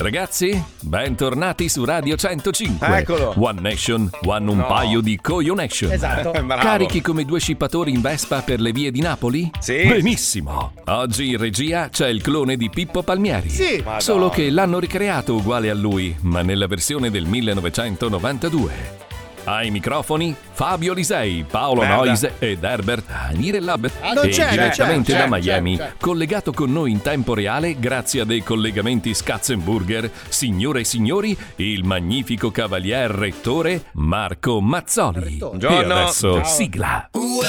Ragazzi, bentornati su Radio 105. Eccolo. One Nation, un paio di coglionation. Esatto. Carichi come due scippatori in Vespa per le vie di Napoli? Sì. Benissimo. Oggi in regia c'è il clone di Pippo Palmieri. Sì. Madonna. Solo che l'hanno ricreato uguale a lui, ma nella versione del 1992. Ai microfoni Fabio Lisei, Paolo Merda. Noise ed Herbert Nirellab. non E c'è, direttamente c'è, da c'è, Miami, c'è. collegato con noi in tempo reale grazie a dei collegamenti Scatzenburger, signore e signori, il magnifico cavalier rettore Marco Mazzoli. Buongiorno. E adesso Ciao. sigla.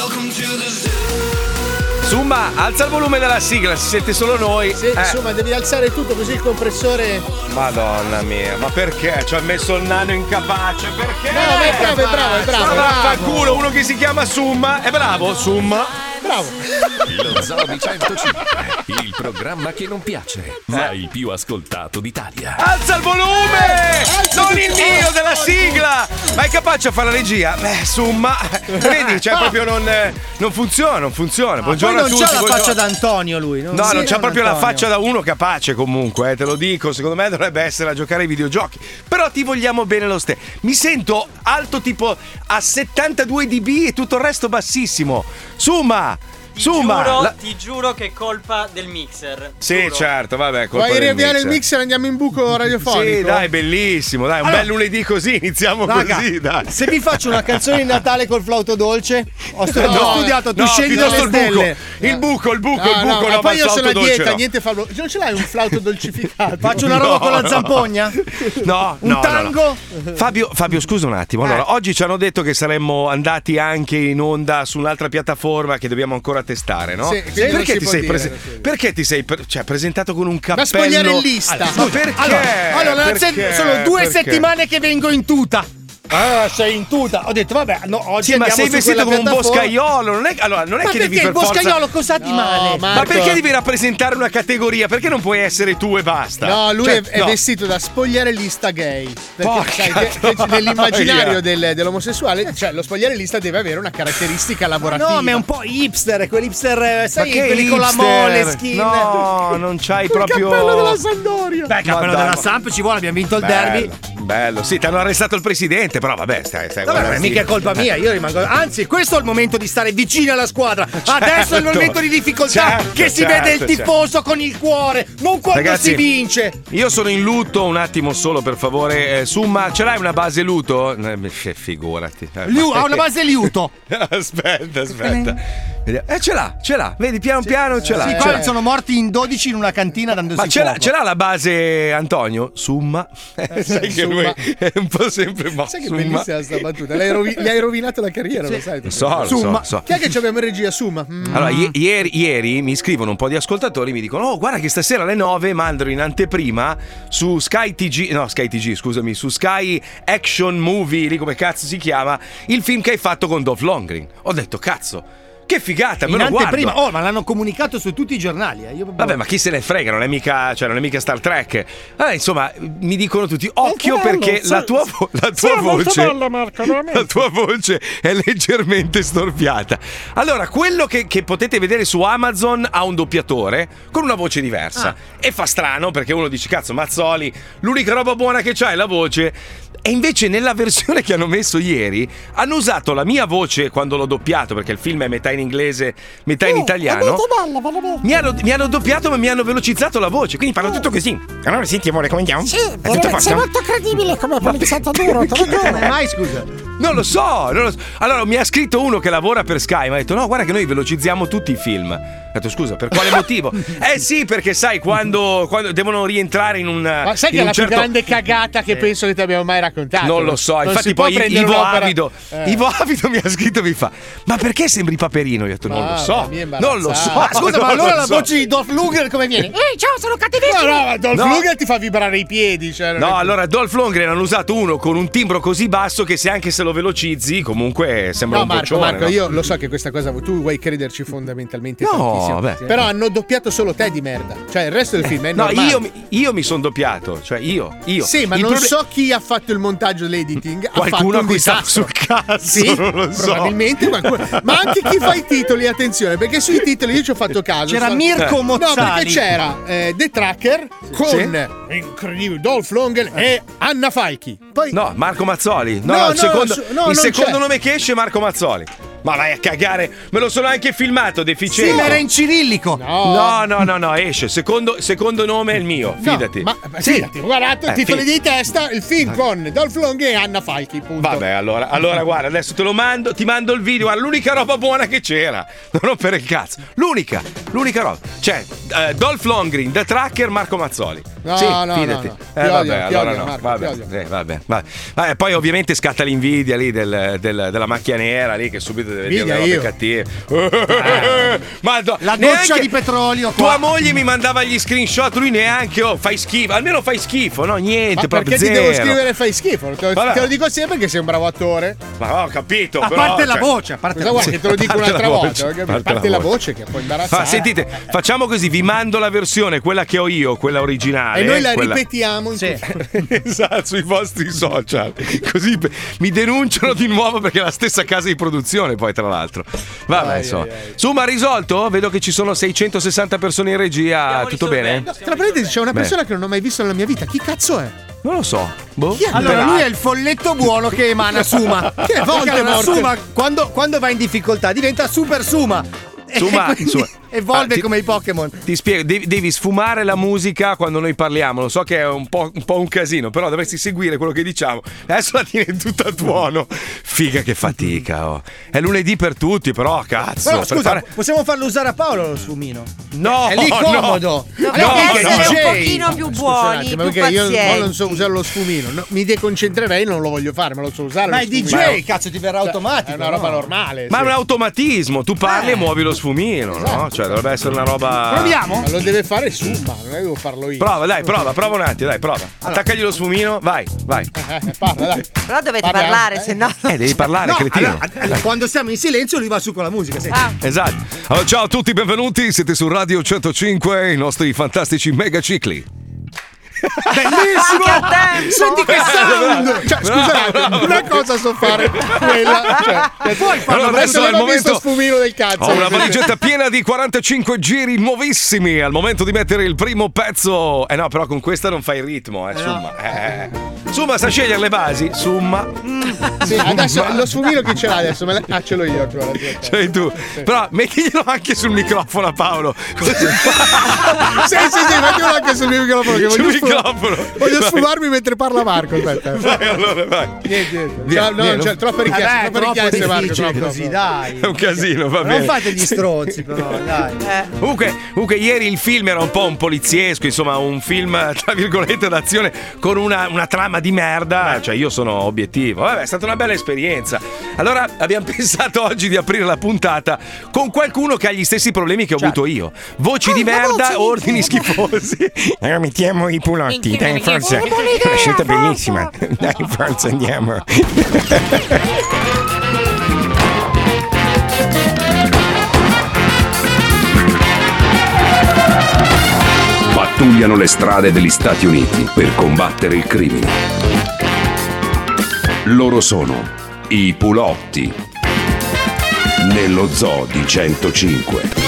Summa, alza il volume della sigla, si sente solo noi. Sì, insomma, devi alzare tutto così il compressore. Madonna mia, ma perché? Ci ha messo il nano incapace, perché? No, ma è bravo, è bravo. Ma vaffanculo, uno che si chiama Summa, è bravo, Summa. Bravo. Lo Zoo di 105, il programma che non piace, ma il più ascoltato d'Italia. Alza il volume! Non il mio della sigla! Ma è capace a fare la regia? Beh, Summa, vedi, cioè proprio non funziona, non funziona. Buongiorno Poi a non tutti. c'ha la buongiorno. faccia d'Antonio lui. No, non c'ha proprio la faccia da uno capace comunque, te lo dico, secondo me dovrebbe essere a giocare ai videogiochi. Però ti vogliamo bene lo stesso. Mi sento alto tipo a 72 dB e tutto il resto bassissimo. Summa! Ti giuro che è colpa del mixer. Sì, giuro. certo, vabbè, colpa Vuoi del riavviare il mixer e andiamo in buco radiofonico? Sì, dai, bellissimo, dai, un bel lunedì iniziamo Raga, così, dai. se vi faccio una canzone di Natale col flauto dolce, ho studiato, tu No, scegli piuttosto dalle il buco. stelle. Il buco, No, no, ma poi io il sono a flauto dieta, dolce, no. niente fallo. Non ce l'hai un flauto dolcificato? Faccio una roba con la zampogna? No, Un no, tango? no. Fabio, scusa un attimo. Allora, oggi ci hanno detto che saremmo andati anche in onda su un'altra piattaforma che dobbiamo ancora testare, no? Sì, quindi non perché si ti può sei dire, perché ti sei presentato con un cappello? Da spogliarellista. Ma perché? Allora, Perché? sono 2 Perché? settimane che vengo in tuta. Ah, sei in tuta. Ho detto, vabbè, no, oggi Sì, ma andiamo sei su vestito quella come un piattaforma. boscaiolo, non è che Ma devi perché per il boscaiolo forza. cosa di No, male? Marco. Ma perché devi rappresentare una categoria? Perché non puoi essere tu e basta? No, lui Cioè, è vestito da spogliarellista gay. Perché Porca sai che nell'immaginario troia. dell'omosessuale, cioè lo spogliarellista deve avere una caratteristica lavorativa. No, ma è un po' hipster, quell'hipster, sai, Ma che quelli con la hipster? mole skin. No, non c'hai il proprio. cappello della Sampdoria. Beh, cappello Ma dai, della ma- Samp ci vuole, abbiamo vinto il derby. Bello, sì, ti hanno arrestato il presidente, però vabbè, stai Vabbè, guarda, non è sì. mica colpa mia, io rimango. Anzi, questo è il momento di stare vicini alla squadra. Adesso è il momento di difficoltà certo, che si vede il certo. tifoso con il cuore, non quando Ragazzi, si vince. Io sono in lutto, un attimo solo per favore. Summa, ce l'hai una base luto? Figurati. Ha una base liuto. Aspetta. Ce l'ha. Vedi, piano piano ce l'ha. Sì, ce qua l'ha. sono morti in 12 in una cantina dandosi Ma ce fuoco. l'ha la base Antonio? Summa? Sai che Summa. lui è un po' sempre Sai che Summa. bellissima sta battuta? Gli hai rovinato la carriera, lo sai? Lo so. Chi è che ci abbiamo in regia? Summa. Allora, ieri mi scrivono un po' di ascoltatori, mi dicono: oh, guarda che stasera alle 9 mandano in anteprima su Sky TG, scusami, su Sky Action Movie, lì come cazzo si chiama, il film che hai fatto con Dolph Lundgren. Ho detto, cazzo, che figata, me In lo guardo. anteprima, ma l'hanno comunicato su tutti i giornali. Io proprio- Vabbè, ma chi se ne frega, non è mica Star Trek. Insomma, mi dicono tutti: occhio perché la tua voce. La tua voce è leggermente storpiata. Allora, quello che potete vedere su Amazon ha un doppiatore con una voce diversa. E fa strano perché uno dice: cazzo, Mazzoli, l'unica roba buona che c'ha è la voce. E invece nella versione che hanno messo ieri hanno usato la mia voce quando l'ho doppiato, perché il film è metà in inglese, metà in italiano. Mi hanno doppiato, ma mi hanno velocizzato la voce, quindi parlo tutto così. Allora senti amore, come andiamo? Sì, sei molto credibile come poliziotto duro, te lo giuro. Come mai, scusa? Non lo so. Allora mi ha scritto uno che lavora per Sky, mi ha detto: no, guarda che noi velocizziamo tutti i film. Ho detto: scusa, per quale motivo? Sì, perché sai, quando devono rientrare in un. Ma sai che è la più grande cagata che penso che ti abbiamo mai raccontato? Non lo so, Non infatti si può poi prendere Ivo un'opera- Avido mi ha scritto, mi fa: ma perché sembri Paperino? Io ho detto: non lo so. Non lo so. Ma scusa, ma non allora lo la so. voce di Dolph Lundgren come viene? Ciao, sono cattivissimo. No, ma Dolph No. Lundgren ti fa vibrare i piedi. Cioè, non No, è- allora Dolph Lundgren hanno usato uno con un timbro così basso che anche se lo velocizzi comunque sembra No, un Marco, boccione. Marco, no? io lo so che questa cosa tu vuoi crederci fondamentalmente No, vabbè. Però hanno doppiato solo te di merda. Cioè, il resto del film è normale. No, io mi sono doppiato. Cioè, io. Sì, ma non so chi ha fatto il montaggio, l'editing. Qualcuno ha fatto un sta disastro. sul cazzo. Sì, non lo so. probabilmente qualcuno. Ma anche chi fa i titoli, attenzione, perché sui titoli io ci ho fatto caso. C'era Mirko Mozzali. No, perché c'era The Tracker con incredibile Dolph Lundgren e Anna Falchi. Poi No, Marco Mazzoli. No, il secondo c'è. nome che esce è Marco Mazzoli. Ma vai a cagare, me lo sono anche filmato, deficiente. Sì, ma era in cirillico. No, esce. Secondo nome è il mio, fidati. Ma fidati, guardate, titoli di testa, il film con Dolph Lundgren e Anna Falchi, punto. Vabbè, allora guarda, adesso te lo mando, ti mando il video, guarda, l'unica roba buona che c'era. Non rompere il cazzo. L'unica roba. Cioè, Dolph Lundgren, The Tracker, Marco Mazzoli. No, sì, no, fidati. no. Vabbè, poi ovviamente scatta l'invidia lì della macchia nera lì che subito deve dire le robe cattive. La doccia di petrolio qua. Tua moglie mi mandava gli screenshot, lui neanche, fai schifo, almeno fai schifo, no, niente, Ma proprio perché zero. ti devo scrivere fai schifo? Te lo dico sempre perché sei un bravo attore. Ma ho capito, A però, parte la cioè, voce, a parte la Guarda che te lo dico un'altra volta, a parte la voce. voce che può imbarazzare. Sentite, facciamo così, vi mando la versione, quella che ho io, quella originale. E noi la ripetiamo in esatto, sui vostri social. Così mi denunciano di nuovo perché è la stessa casa di produzione, poi tra l'altro. Vabbè, insomma. Su, ma risolto? Vedo che ci sono 660 persone in regia. Tutto bene? Tra parentesi c'è una persona che non ho mai visto nella mia vita. Chi cazzo è? Non lo so. Boh. Allora, lui è il folletto buono che emana Suma. Che volte Suma, quando va in difficoltà, diventa Super Suma. Suma. Evolve come i Pokémon. Ti spiego, devi sfumare la musica quando noi parliamo. Lo so che è un po' un casino, però dovresti seguire quello che diciamo. Adesso la tieni tutta a tuono. Figa che fatica, oh. È lunedì per tutti, però cazzo. Però scusa, possiamo farlo usare a Paolo lo sfumino? No, è lì comodo. Dovremmo essere un pochino più buoni, più perché pazienti. io non so usare lo sfumino. No, mi deconcentrerei, non lo voglio fare, ma lo so usare. Ma lo è DJ, sfumino. cazzo, ti verrà automatico. È una roba normale. Ma è un automatismo, tu parli e muovi lo sfumino, no? Cioè dovrebbe essere una roba. Proviamo? Ma lo deve fare Summa, non è che devo farlo io. Prova un attimo, dai, prova. Attaccagli lo sfumino, vai. Parla, dai. Però dovete parlare, se no. Devi parlare, cretino. Allora, quando siamo in silenzio lui va su con la musica. Esatto. Allora, ciao a tutti, benvenuti. Siete su Radio 105, i nostri fantastici mega cicli. Bellissimo! Senti che sound! Cioè, scusate, una cosa so fare quella. Puoi farlo. Allora, adesso è il momento sfumino del cazzo. Ho una valigetta piena di 45 giri nuovissimi. Al momento di mettere il primo pezzo. No, però con questa non fai il ritmo, Summa. Summa sa scegliere le basi. Summa. Sì, adesso lo sfumino chi ce l'ha adesso? Ce l'ho io ancora. Cioè tu. Però mettiglielo anche sul microfono a Paolo. Sì, mettilo anche sul microfono che voglio sfumarmi mentre parla Marco. Aspetta. Vai. Niente. C'è troppe richieste, Marco. Così, dai. È un casino, va bene. Non fate gli stronzi, però, dai. Comunque, ieri il film era un po' un poliziesco, insomma, un film, tra virgolette, d'azione con una trama di merda. Cioè, io sono obiettivo. Vabbè, è stata una bella esperienza. Allora, abbiamo pensato oggi di aprire la puntata con qualcuno che ha gli stessi problemi che ho avuto io. Voci di merda, ordini schifosi. Mettiamo i pulotti, dai, forza. Una scelta bellissima. Dai, forza, andiamo. Pattugliano le strade degli Stati Uniti per combattere il crimine. Loro sono i Pulotti. Nello zoo di 105.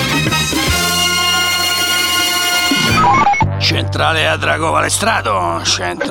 Centrale a Drago Palestrato,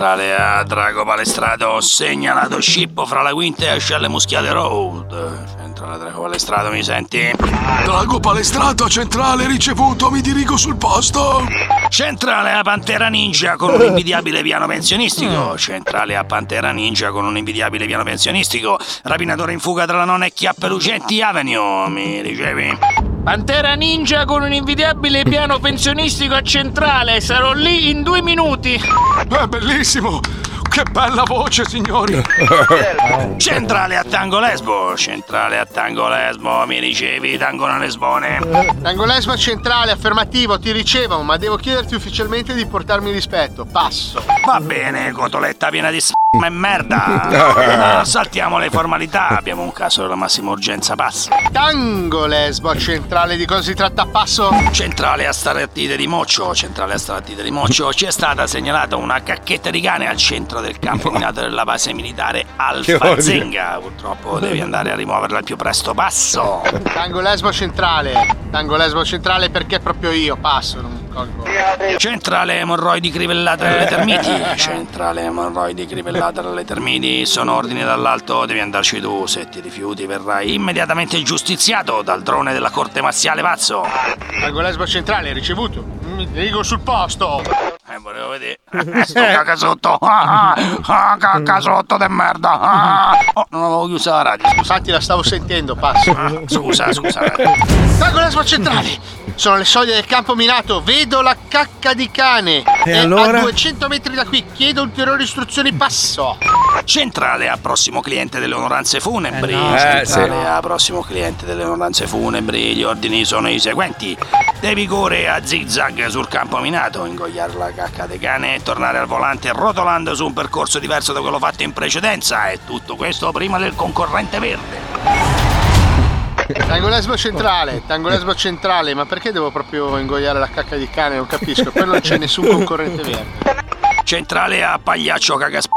segnalato scippo fra la Quinta e Ascelle Muschiate Road. Centrale a Drago Palestrato, mi senti? Drago Palestrato, centrale ricevuto, mi dirigo sul posto. Centrale a Pantera Ninja con un invidiabile piano pensionistico. Centrale a Pantera Ninja con un invidiabile piano pensionistico. Rapinatore in fuga tra la nonna e Chiappe Lucenti Avenue, mi ricevi? Pantera Ninja con un invidiabile piano pensionistico a Centrale. Sarò lì in 2 minuti. Bellissimo! che bella voce, signori! Centrale a Tango Lesbo, mi ricevi, Tango Lesbone? Tango Lesbo centrale, affermativo, ti ricevo, ma devo chiederti ufficialmente di portarmi rispetto. Passo. Va bene, cotoletta piena di e merda. Saltiamo le formalità, abbiamo un caso della massima urgenza, passo. Tango Lesbo centrale, di cosa si tratta? Passo. Centrale a Starattide di Moccio, ci è stata segnalata una cacchetta di cane al centro del campo minato della base militare Alfa Zenga. Purtroppo devi andare a rimuoverla al più presto, passo. Tango Lesbo centrale perché proprio io, passo, non colgo. Centrale emorroidi crivellate dalle termiti, sono ordini dall'alto, devi andarci tu, se ti rifiuti verrai immediatamente giustiziato dal drone della corte marziale, pazzo. Tango Lesbo centrale, ricevuto, mi dirigo sul posto. Volevo vedere. Sto cacasotto. Cacasotto de merda. Non avevo chiuso la radio. Infatti la stavo sentendo, passo. Scusa. Tango Lesbo centrale. Sono le soglie del campo minato. Vedo la cacca di cane. E allora? A 200 metri da qui. Chiedo ulteriori istruzioni, passo. Centrale a prossimo cliente delle onoranze funebri. A prossimo cliente delle onoranze funebri. Gli ordini sono i seguenti. Devi correre a zigzag sul campo minato, ingoiare la cacca di cane e tornare al volante rotolando su un percorso diverso da quello fatto in precedenza, e tutto questo prima del concorrente verde. Tango Lesbo centrale, ma perché devo proprio ingoiare la cacca di cane? Non capisco, poi non c'è nessun concorrente verde. Centrale a Pagliaccio Cagasp.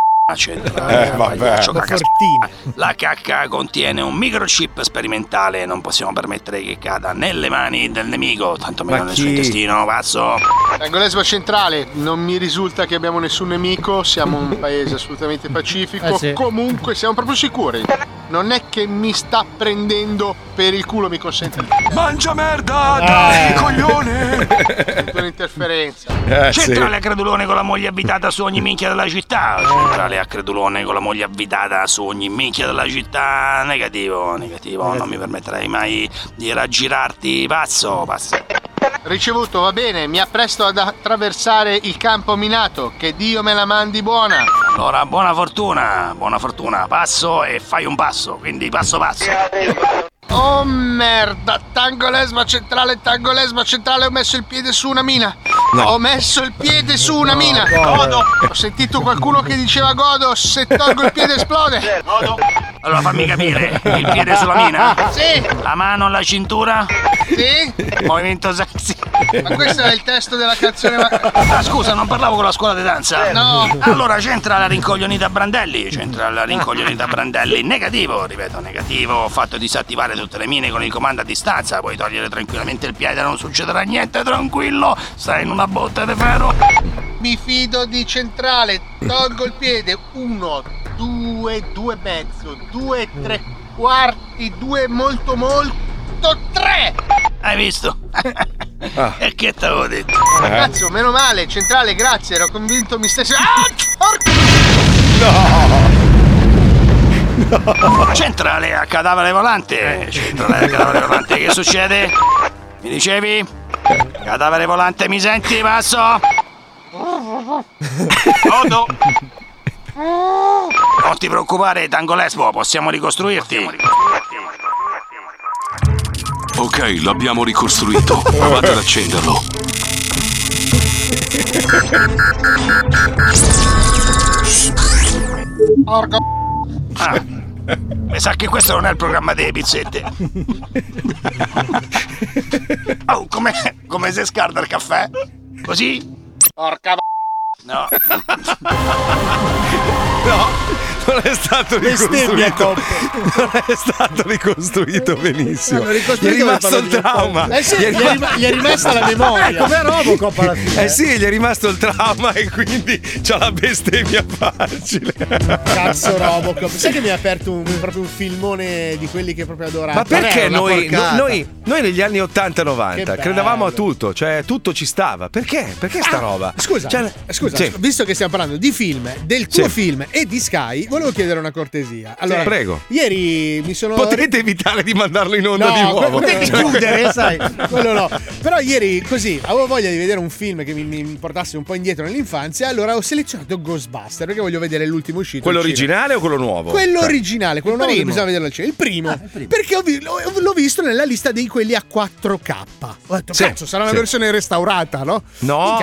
La cacca contiene un microchip sperimentale, non possiamo permettere che cada nelle mani del nemico, tanto meno nel suo intestino, pazzo. Tango Lesbo centrale, non mi risulta che abbiamo nessun nemico, siamo un paese assolutamente pacifico, comunque siamo proprio sicuri. Non è che mi sta prendendo per il culo, mi consente. Mangia merda, dai, coglione! Un'interferenza. Centrale a Credulone con la moglie abitata su ogni minchia della città. Centrale a Credulone con la moglie abitata su ogni minchia della città. Negativo. Non mi permetterei mai di raggirarti, pazzo. Ricevuto, va bene, mi appresto ad attraversare il campo minato. Che Dio me la mandi buona. Allora, buona fortuna. Passo e fai un passo, quindi passo. Oh merda, Tango Lesbo centrale, ho messo il piede su una mina. Godo. Ho sentito qualcuno che diceva godo, se tolgo il piede esplode. Godo. Allora fammi capire, il piede sulla mina? Sì. La mano alla cintura? Sì. Movimento sexy. Ma questo è il testo della canzone. Scusa, non parlavo con la scuola di danza? No. Allora centrale rincoglionita Brandelli. Negativo, ripeto, negativo. Ho fatto disattivare tutte le mine con il comando a distanza. Puoi togliere tranquillamente il piede, non succederà niente, tranquillo. Stai in una botte di ferro. Mi fido di centrale, tolgo il piede. 1, 2, 2 e mezzo, 2, 3 quarti, 2 molto, 3. Hai visto? E che t'avevo detto? Cazzo, meno male, centrale, grazie, ero convinto mi stessi. No! Centrale a cadavere volante. Che succede? Mi dicevi? Cadavere volante, mi senti? Passo? Godo. Non ti preoccupare, Tango Lesbo, possiamo ricostruirti. Ok, l'abbiamo ricostruito. Provate ad accenderlo. Mi sa che questo non è il programma delle pizzette. Oh, come si scarta il caffè? Così? Porca no. Non è stato ricostruito. Non è stato ricostruito benissimo. Gli è rimasto il trauma. Gli è rimasta la memoria. Come Robocop alla fine. Sì, gli è rimasto il trauma e quindi c'ha la bestemmia facile. Cazzo Robocop. Sai che mi ha aperto proprio un filmone di quelli che proprio adoravo. Ma perché noi negli anni 80-90 credevamo a tutto, cioè tutto ci stava. Perché? Perché sta roba? Scusa, visto che stiamo parlando di film, del tuo film e di Sky, volevo chiedere una cortesia. Allora, prego. Ieri mi sono. Potete evitare di mandarlo in onda di nuovo. Potete chiudere, sai. Quello no. Però ieri così avevo voglia di vedere un film che mi portasse un po' indietro nell'infanzia. Allora ho selezionato Ghostbuster perché voglio vedere l'ultimo uscito. Quello originale o quello nuovo? Quello originale, quello nuovo che bisogna vederlo al cinema. Il primo. Perché l'ho visto nella lista di quelli a 4K. Ho detto, cazzo, sarà una versione restaurata, no? No.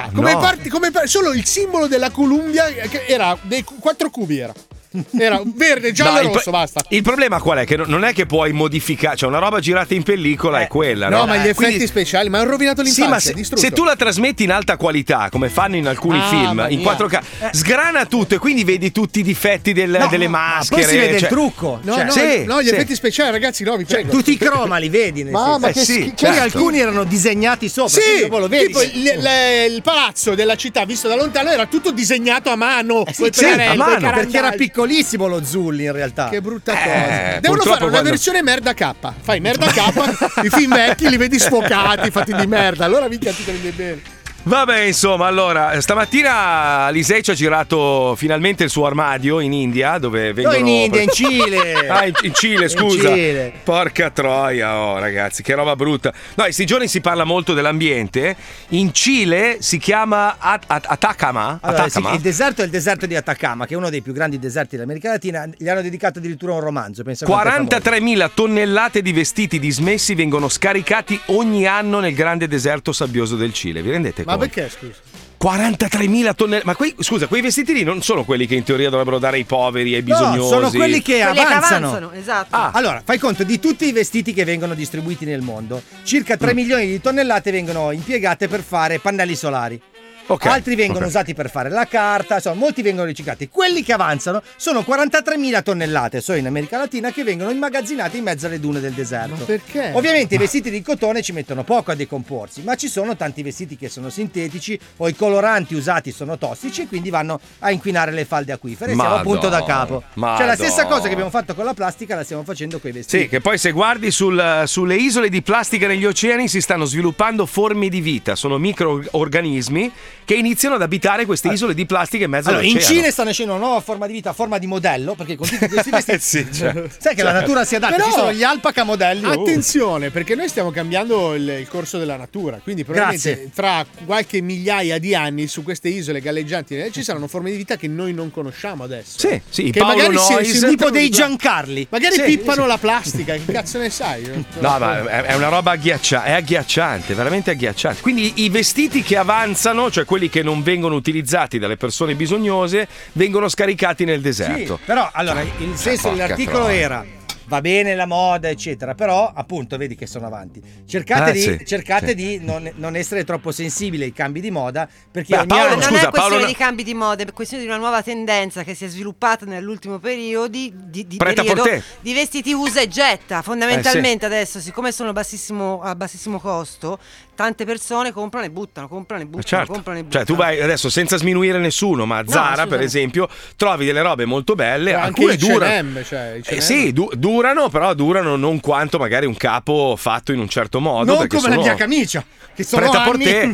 Solo il simbolo della Columbia che era dei 4 cubi era verde, giallo e rosso, basta. Il problema qual è? Che non è che puoi modificare, cioè una roba girata in pellicola è quella, no? No, ma gli effetti speciali, ma hanno rovinato l'infanzia. Sì, ma se tu la trasmetti in alta qualità, come fanno in alcuni film, in 4K, sgrana tutto e quindi vedi tutti i difetti delle maschere. Poi si vede il trucco. No, gli effetti speciali, ragazzi, no, vi prego. Tutti i croma li vedi. Ma alcuni erano disegnati sopra. Sì, dopo lo vedi. Tipo il palazzo della città visto da lontano era tutto disegnato a mano. A mano, perché era piccolissimo lo Zulli in realtà. Che brutta cosa. Devono fare una versione merda K. Fai merda K, i film vecchi li vedi sfocati, fatti di merda. Allora mica ti prendi bene. Vabbè, insomma, allora, stamattina Alisei ci ha girato finalmente il suo armadio in India, dove vengono... No, in India, in Cile. In Cile, scusa. In Cile. Porca troia, ragazzi, che roba brutta. No, in questi giorni si parla molto dell'ambiente. In Cile si chiama Atacama. Allora, sì, il deserto è il deserto di Atacama, che è uno dei più grandi deserti dell'America Latina. Gli hanno dedicato addirittura un romanzo. 43.000 tonnellate di vestiti dismessi vengono scaricati ogni anno nel grande deserto sabbioso del Cile. Vi rendete conto? Ma perché, scusa? 43.000 tonnellate. Ma quei vestiti lì non sono quelli che in teoria dovrebbero dare ai poveri, ai bisognosi. No, sono quelli che avanzano. Esatto. Allora, fai conto di tutti i vestiti che vengono distribuiti nel mondo. Circa 3 milioni di tonnellate vengono impiegate per fare pannelli solari. Altri vengono usati per fare la carta, insomma, molti vengono riciclati. Quelli che avanzano sono 43.000 tonnellate, solo in America Latina, che vengono immagazzinati in mezzo alle dune del deserto. Ma perché? Ovviamente i vestiti di cotone ci mettono poco a decomporsi, ma ci sono tanti vestiti che sono sintetici o i coloranti usati sono tossici e quindi vanno a inquinare le falde acquifere. Siamo appunto da capo. Cioè la stessa cosa che abbiamo fatto con la plastica la stiamo facendo con i vestiti. Sì, che poi se guardi sulle isole di plastica negli oceani si stanno sviluppando forme di vita, sono microorganismi che iniziano ad abitare queste isole di plastica in mezzo all'oceano. In Cile sta nascendo una nuova forma di vita a forma di modello, perché con tutti questi vestiti sai che la natura si adatta. Ci sono gli alpaca modelli. Attenzione, perché noi stiamo cambiando il corso della natura, quindi probabilmente fra qualche migliaia di anni su queste isole galleggianti ci saranno forme di vita che noi non conosciamo adesso. Sì, che Paolo magari Noyes, tipo dei Giancarli. Magari pippano la plastica, che cazzo ne sai? No, ma è una roba è agghiacciante, veramente agghiacciante. Quindi i vestiti che avanzano, cioè quelli che non vengono utilizzati dalle persone bisognose, vengono scaricati nel deserto. Sì, però allora il senso dell'articolo era: va bene la moda eccetera, però appunto vedi che sono avanti, cercate di non essere troppo sensibili ai cambi di moda, perché non è questione di cambi di moda, è questione di una nuova tendenza che si è sviluppata nell'ultimo periodo di vestiti usa e getta fondamentalmente. Adesso, siccome sono a bassissimo costo, tante persone comprano e buttano, comprano e buttano. Cioè tu vai adesso, senza sminuire nessuno, ma a Zara per esempio trovi delle robe molto belle, alcune durano. Sì, durano non quanto magari un capo fatto in un certo modo, non come la mia camicia che sono anni.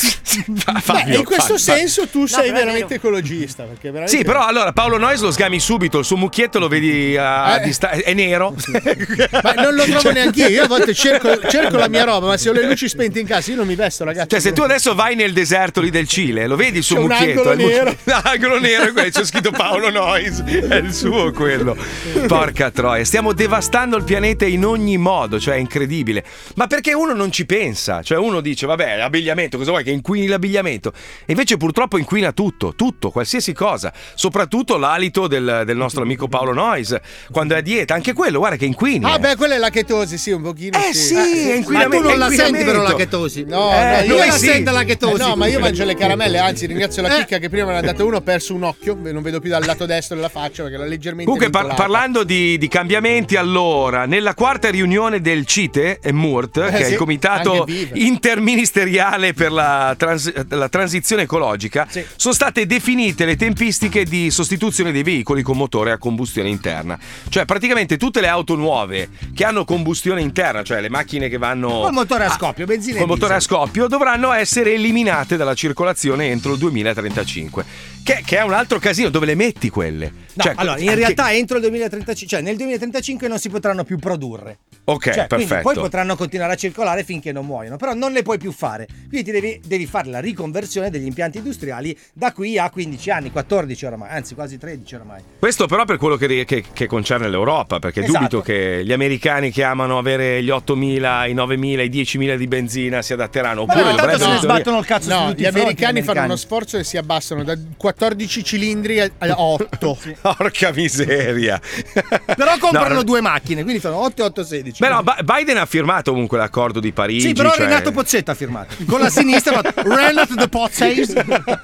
In questo senso tu sei veramente ecologista, perché veramente... Sì, però allora Paolo Noyes lo sgami subito, il suo mucchietto lo vedi è nero. Ma non lo trovo neanche io a volte cerco la mia roba, ma se ho le luci spente in casa io non mi vesto, ragazzi. Cioè se tu adesso vai nel deserto lì del Cile, lo vedi il suo mucchietto, l'angolo nero, c'è scritto Paolo Noyes, è il suo quello. Porca troia, stiamo devastando il pianeta in ogni modo, cioè è incredibile. Ma perché uno non ci pensa? Cioè uno dice vabbè, l'abbigliamento, cosa vuoi che inquini l'abbigliamento? E invece purtroppo inquina tutto, qualsiasi cosa, soprattutto l'alito del nostro amico Paolo Noyes quando è a dieta, anche quello guarda che inquini. Quella è la chetosi, sì, un pochino sì, è inquinamento. Ma tu non la senti però la chetosi? No, io la sento la chetosi. No, ma io mangio le caramelle, anzi ringrazio la chicca che prima me ne ha dato uno, ho perso un occhio, non vedo più dal lato destro della faccia perché l'ha leggermente comunque parlando di cambiamenti, allora nella quarta riunione del CITE e MURT, che è il comitato interministeriale per la transizione ecologica, sono state definite le tempistiche di sostituzione dei veicoli con motore a combustione interna. Cioè praticamente tutte le auto nuove che hanno combustione interna, cioè le macchine che vanno col motore a scoppio, benzina e motori a scoppio dovranno essere eliminate dalla circolazione entro il 2035. Che è un altro casino, dove le metti quelle? No, cioè, allora, in realtà entro il 2035, cioè nel 2035 non si potranno più produrre. Ok, cioè, perfetto. Poi potranno continuare a circolare finché non muoiono, però non le puoi più fare. Quindi devi fare la riconversione degli impianti industriali da qui a 15 anni, 14 oramai, anzi quasi 13 oramai. Questo però per quello che concerne l'Europa, perché dubito che gli americani che amano avere gli 8.000, i 9.000, i 10.000 di benzina si adatteranno. Oppure dovrebbero se ne sbattono il cazzo su tutti gli americani fanno uno sforzo e si abbassano da 14 cilindri a 8. Sì. Porca miseria. Però comprano due macchine, quindi fanno 8 e 8 16. Beh, no, Biden ha firmato comunque l'accordo di Parigi. Sì, però Renato Pozzetto ha firmato. Con la sinistra Renato the Pozzese.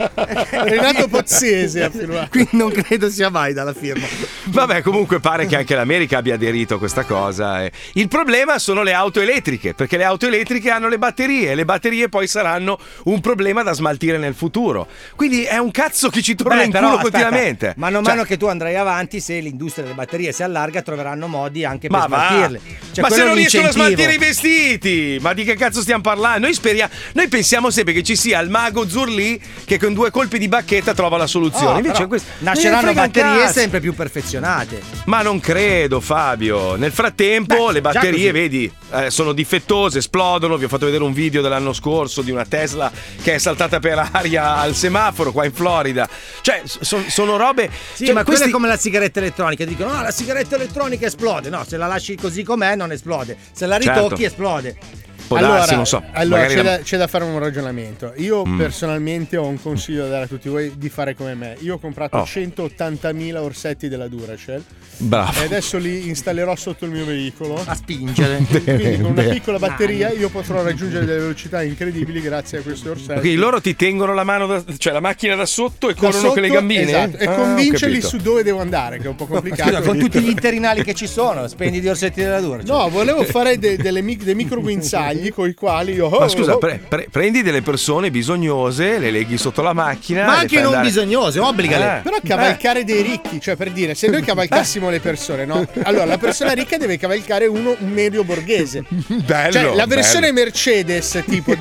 Renato Pozzese ha firmato. Quindi non credo sia Biden la firma. Vabbè, comunque pare che anche l'America abbia aderito a questa cosa. Il problema sono le auto elettriche, perché le auto elettriche hanno le batterie e le batterie poi saranno un problema da smaltire nel futuro. Quindi è un cazzo che ci torna in culo continuamente. Mano a mano che tu andrai avanti, se l'industria delle batterie si allarga, troveranno modi anche per smaltirle. Ma se non riescono a smaltire i vestiti, ma di che cazzo stiamo parlando? Noi pensiamo sempre che ci sia il mago Zurlì che con 2 colpi di bacchetta trova la soluzione. Invece nasceranno batterie sempre più perfezionate. Ma non credo, Fabio. Nel frattempo le batterie, vedi, sono difettose, esplodono. Vi ho fatto vedere un video dell'anno scorso di una Tesla che è saltata per aria al semaforo qua in Florida. Cioè, sono robe. Sì, cioè, ma quella è come la sigaretta elettronica. Dicono, la sigaretta elettronica esplode. No, se la lasci così com'è non esplode. Se la ritocchi esplode. Allora, non so. Allora c'è da fare un ragionamento. Io personalmente ho un consiglio da dare a tutti voi di fare come me. Io ho comprato 180.000 orsetti della Duracell. Bravo. E adesso li installerò sotto il mio veicolo a spingere. Quindi con una piccola batteria io potrò raggiungere delle velocità incredibili grazie a questi orsetti. Quindi loro ti tengono la mano, cioè la macchina da sotto e corrono con le gambine. Esatto. E convincerli su dove devo andare, che è un po' complicato. Con tutti gli interinali che ci sono, spendi di orsetti della Duracell. No, volevo fare dei micro guinzagli con i quali io. Ma scusa, prendi delle persone bisognose, le leghi sotto la macchina. Ma anche non bisognose, obbligale. Però cavalcare dei ricchi, cioè per dire, se noi cavalcassimo le persone, no? Allora la persona ricca deve cavalcare un medio borghese. Bello. Cioè la versione Mercedes tipo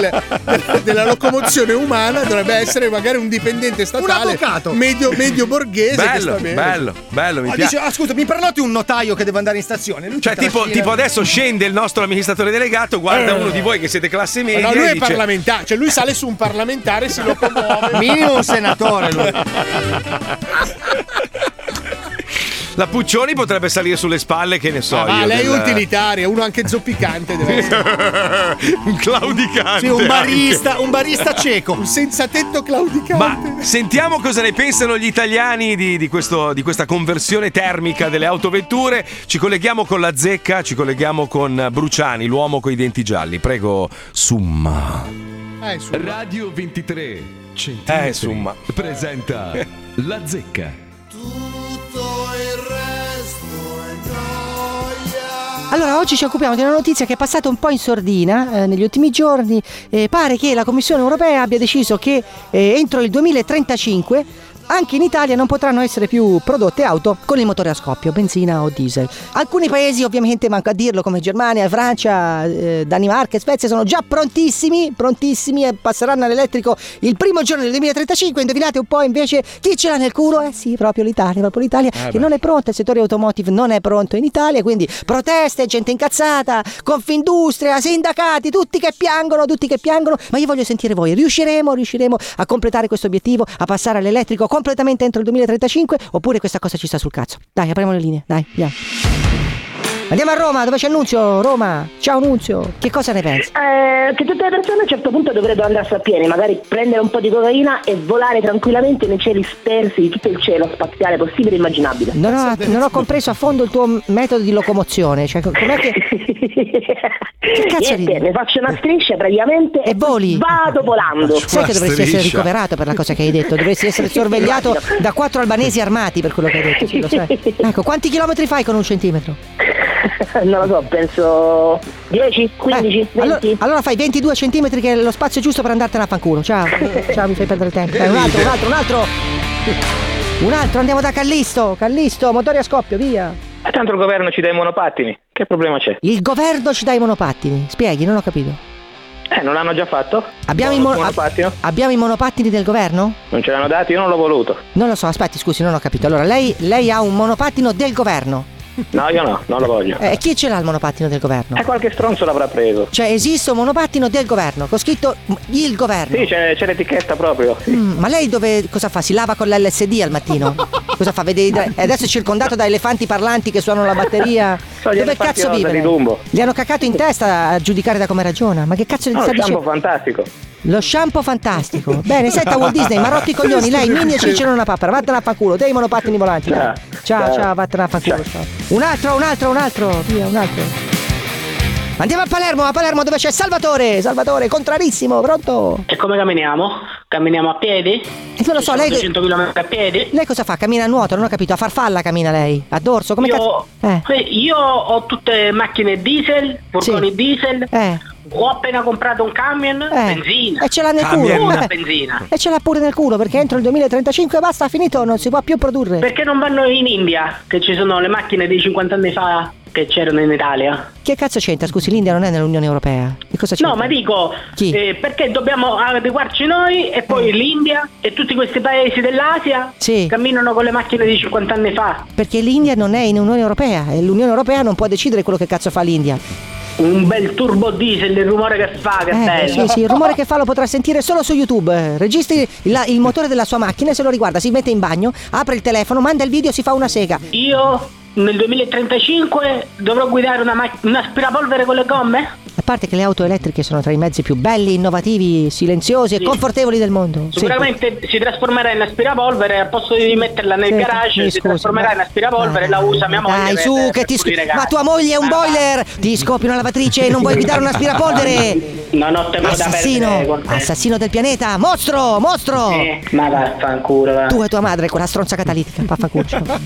della locomozione umana dovrebbe essere magari un dipendente statale, un avvocato medio borghese. Bello, mi piace. Dice, scusa, mi prenoti un notaio che deve andare in stazione. Lui cioè tipo adesso scende il nostro amministratore delegato, guarda uno di voi che siete classe media. No, lui è dice... parlamentare, cioè lui sale su un parlamentare e si locomuove. Minimo un senatore lui. La Puccioni potrebbe salire sulle spalle, che ne so. Ma lei è utilitaria, uno anche zoppicante deve essere. Un claudicante. Sì, un barista cieco. Un senza tetto claudicante. Ma sentiamo cosa ne pensano gli italiani di questa conversione termica delle autovetture. Ci colleghiamo con la Zecca, ci colleghiamo con Bruciani, l'uomo coi denti gialli. Prego, Summa. Radio 23 centimetri Summa presenta la Zecca. Allora, oggi ci occupiamo di una notizia che è passata un po' in sordina negli ultimi giorni. Pare che la Commissione europea abbia deciso che entro il 2035 anche in Italia non potranno essere più prodotte auto con il motore a scoppio, benzina o diesel. Alcuni paesi, ovviamente manco a dirlo, come Germania, Francia, Danimarca e Svezia, sono già prontissimi e passeranno all'elettrico il primo giorno del 2035. Indovinate un po' invece chi ce l'ha nel culo? Sì, proprio l'Italia che non è pronta. Il settore automotive non è pronto in Italia, quindi proteste, gente incazzata, Confindustria, sindacati, tutti che piangono, ma io voglio sentire voi. Riusciremo a completare questo obiettivo, a passare all'elettrico completamente entro il 2035, oppure questa cosa ci sta sul cazzo? Dai, apriamo le linee, dai, andiamo. Andiamo a Roma, dove c'è Nunzio. Roma, ciao Nunzio, che cosa ne pensi? Che tutte le persone a un certo punto dovrebbero andarsi a piedi, magari prendere un po' di cocaina e volare tranquillamente nei cieli spersi di tutto il cielo spaziale possibile e immaginabile. Non ho compreso a fondo il tuo metodo di locomozione, cioè com'è che... Che cazzo Niente, ne faccio una striscia praticamente e voli. Vado volando. Sai che dovresti essere ricoverato per la cosa che hai detto, dovresti essere sorvegliato da 4 albanesi armati per quello che hai detto, sì, lo sai. Ecco, quanti chilometri fai con 1 centimetro? Non lo so, penso 10, 15, 20. Allora fai 22 centimetri, che è lo spazio giusto per andartene a fanculo. Ciao, mi fai perdere tempo. Dai, un altro, andiamo da Callisto, motori a scoppio, via. Tanto il governo ci dà i monopattini, che problema c'è? Il governo ci dà i monopattini, spieghi, non ho capito. Non l'hanno già fatto? Abbiamo i monopattini del governo? Non ce l'hanno dati, io non l'ho voluto. Non lo so, aspetti, scusi, non ho capito. Allora, lei ha un monopattino del governo? No, io no, non lo voglio. Chi ce l'ha il monopattino del governo? Qualche stronzo l'avrà preso. Cioè esiste un monopattino del governo con scritto il governo? Sì, c'è l'etichetta proprio. Sì. Ma lei cosa fa? Si lava con l'LSD al mattino? Cosa fa? Vede adesso è circondato da elefanti parlanti che suonano la batteria. Dove cazzo vive? Gli hanno cacato in testa a giudicare da come ragiona. Ma che cazzo sta dicendo? Shampoo fantastico. Lo shampoo fantastico. Bene, senta Walt Disney, ma rotti i coglioni. Lei, Minnie, ci c'era una papera. Vattene a fanculo, dei monopattini volanti. Ciao, vattene a fanculo. Un altro. Via, un altro. Andiamo a Palermo dove c'è Salvatore, contrarissimo, pronto? E come camminiamo? Camminiamo a piedi? Non lo so, lei 200 km a piedi? Lei cosa fa? Cammina a nuoto? Non ho capito, a farfalla cammina lei? A dorso? Come Io ho tutte macchine diesel, furgoni diesel. Ho appena comprato un camion, benzina. E ce l'ha nel culo. Benzina. E ce l'ha pure nel culo, perché entro il 2035 basta, finito, non si può più produrre. Perché non vanno in India, che ci sono le macchine di 50 anni fa che c'erano in Italia? Che cazzo c'entra? Scusi, l'India non è nell'Unione Europea. Che cosa c'entra? No, ma dico, perché dobbiamo adeguarci noi e poi l'India e tutti questi paesi dell'Asia camminano con le macchine di 50 anni fa? Perché l'India non è in Unione Europea e l'Unione Europea non può decidere quello che cazzo fa l'India. Un bel turbo diesel, il rumore che fa, che bello. Sì, il rumore che fa lo potrà sentire solo su YouTube. Registri il motore della sua macchina e se lo riguarda, si mette in bagno, apre il telefono, manda il video, si fa una sega. Io nel 2035 dovrò guidare un aspirapolvere con le gomme? A parte che le auto elettriche sono tra i mezzi più belli, innovativi, silenziosi e confortevoli del mondo. Sicuramente si trasformerà in aspirapolvere, al posto di metterla nel garage si trasformerà in aspirapolvere e la usa mia moglie. Dai, su, che ma tua moglie è un boiler! Ti scoppi una lavatrice e non vuoi guidare un aspirapolvere! Non ho tempo da perdere. Assassino del pianeta! Mostro! Ma vaffanculo. Tu e tua madre con la stronza catalitica, vaffanculo.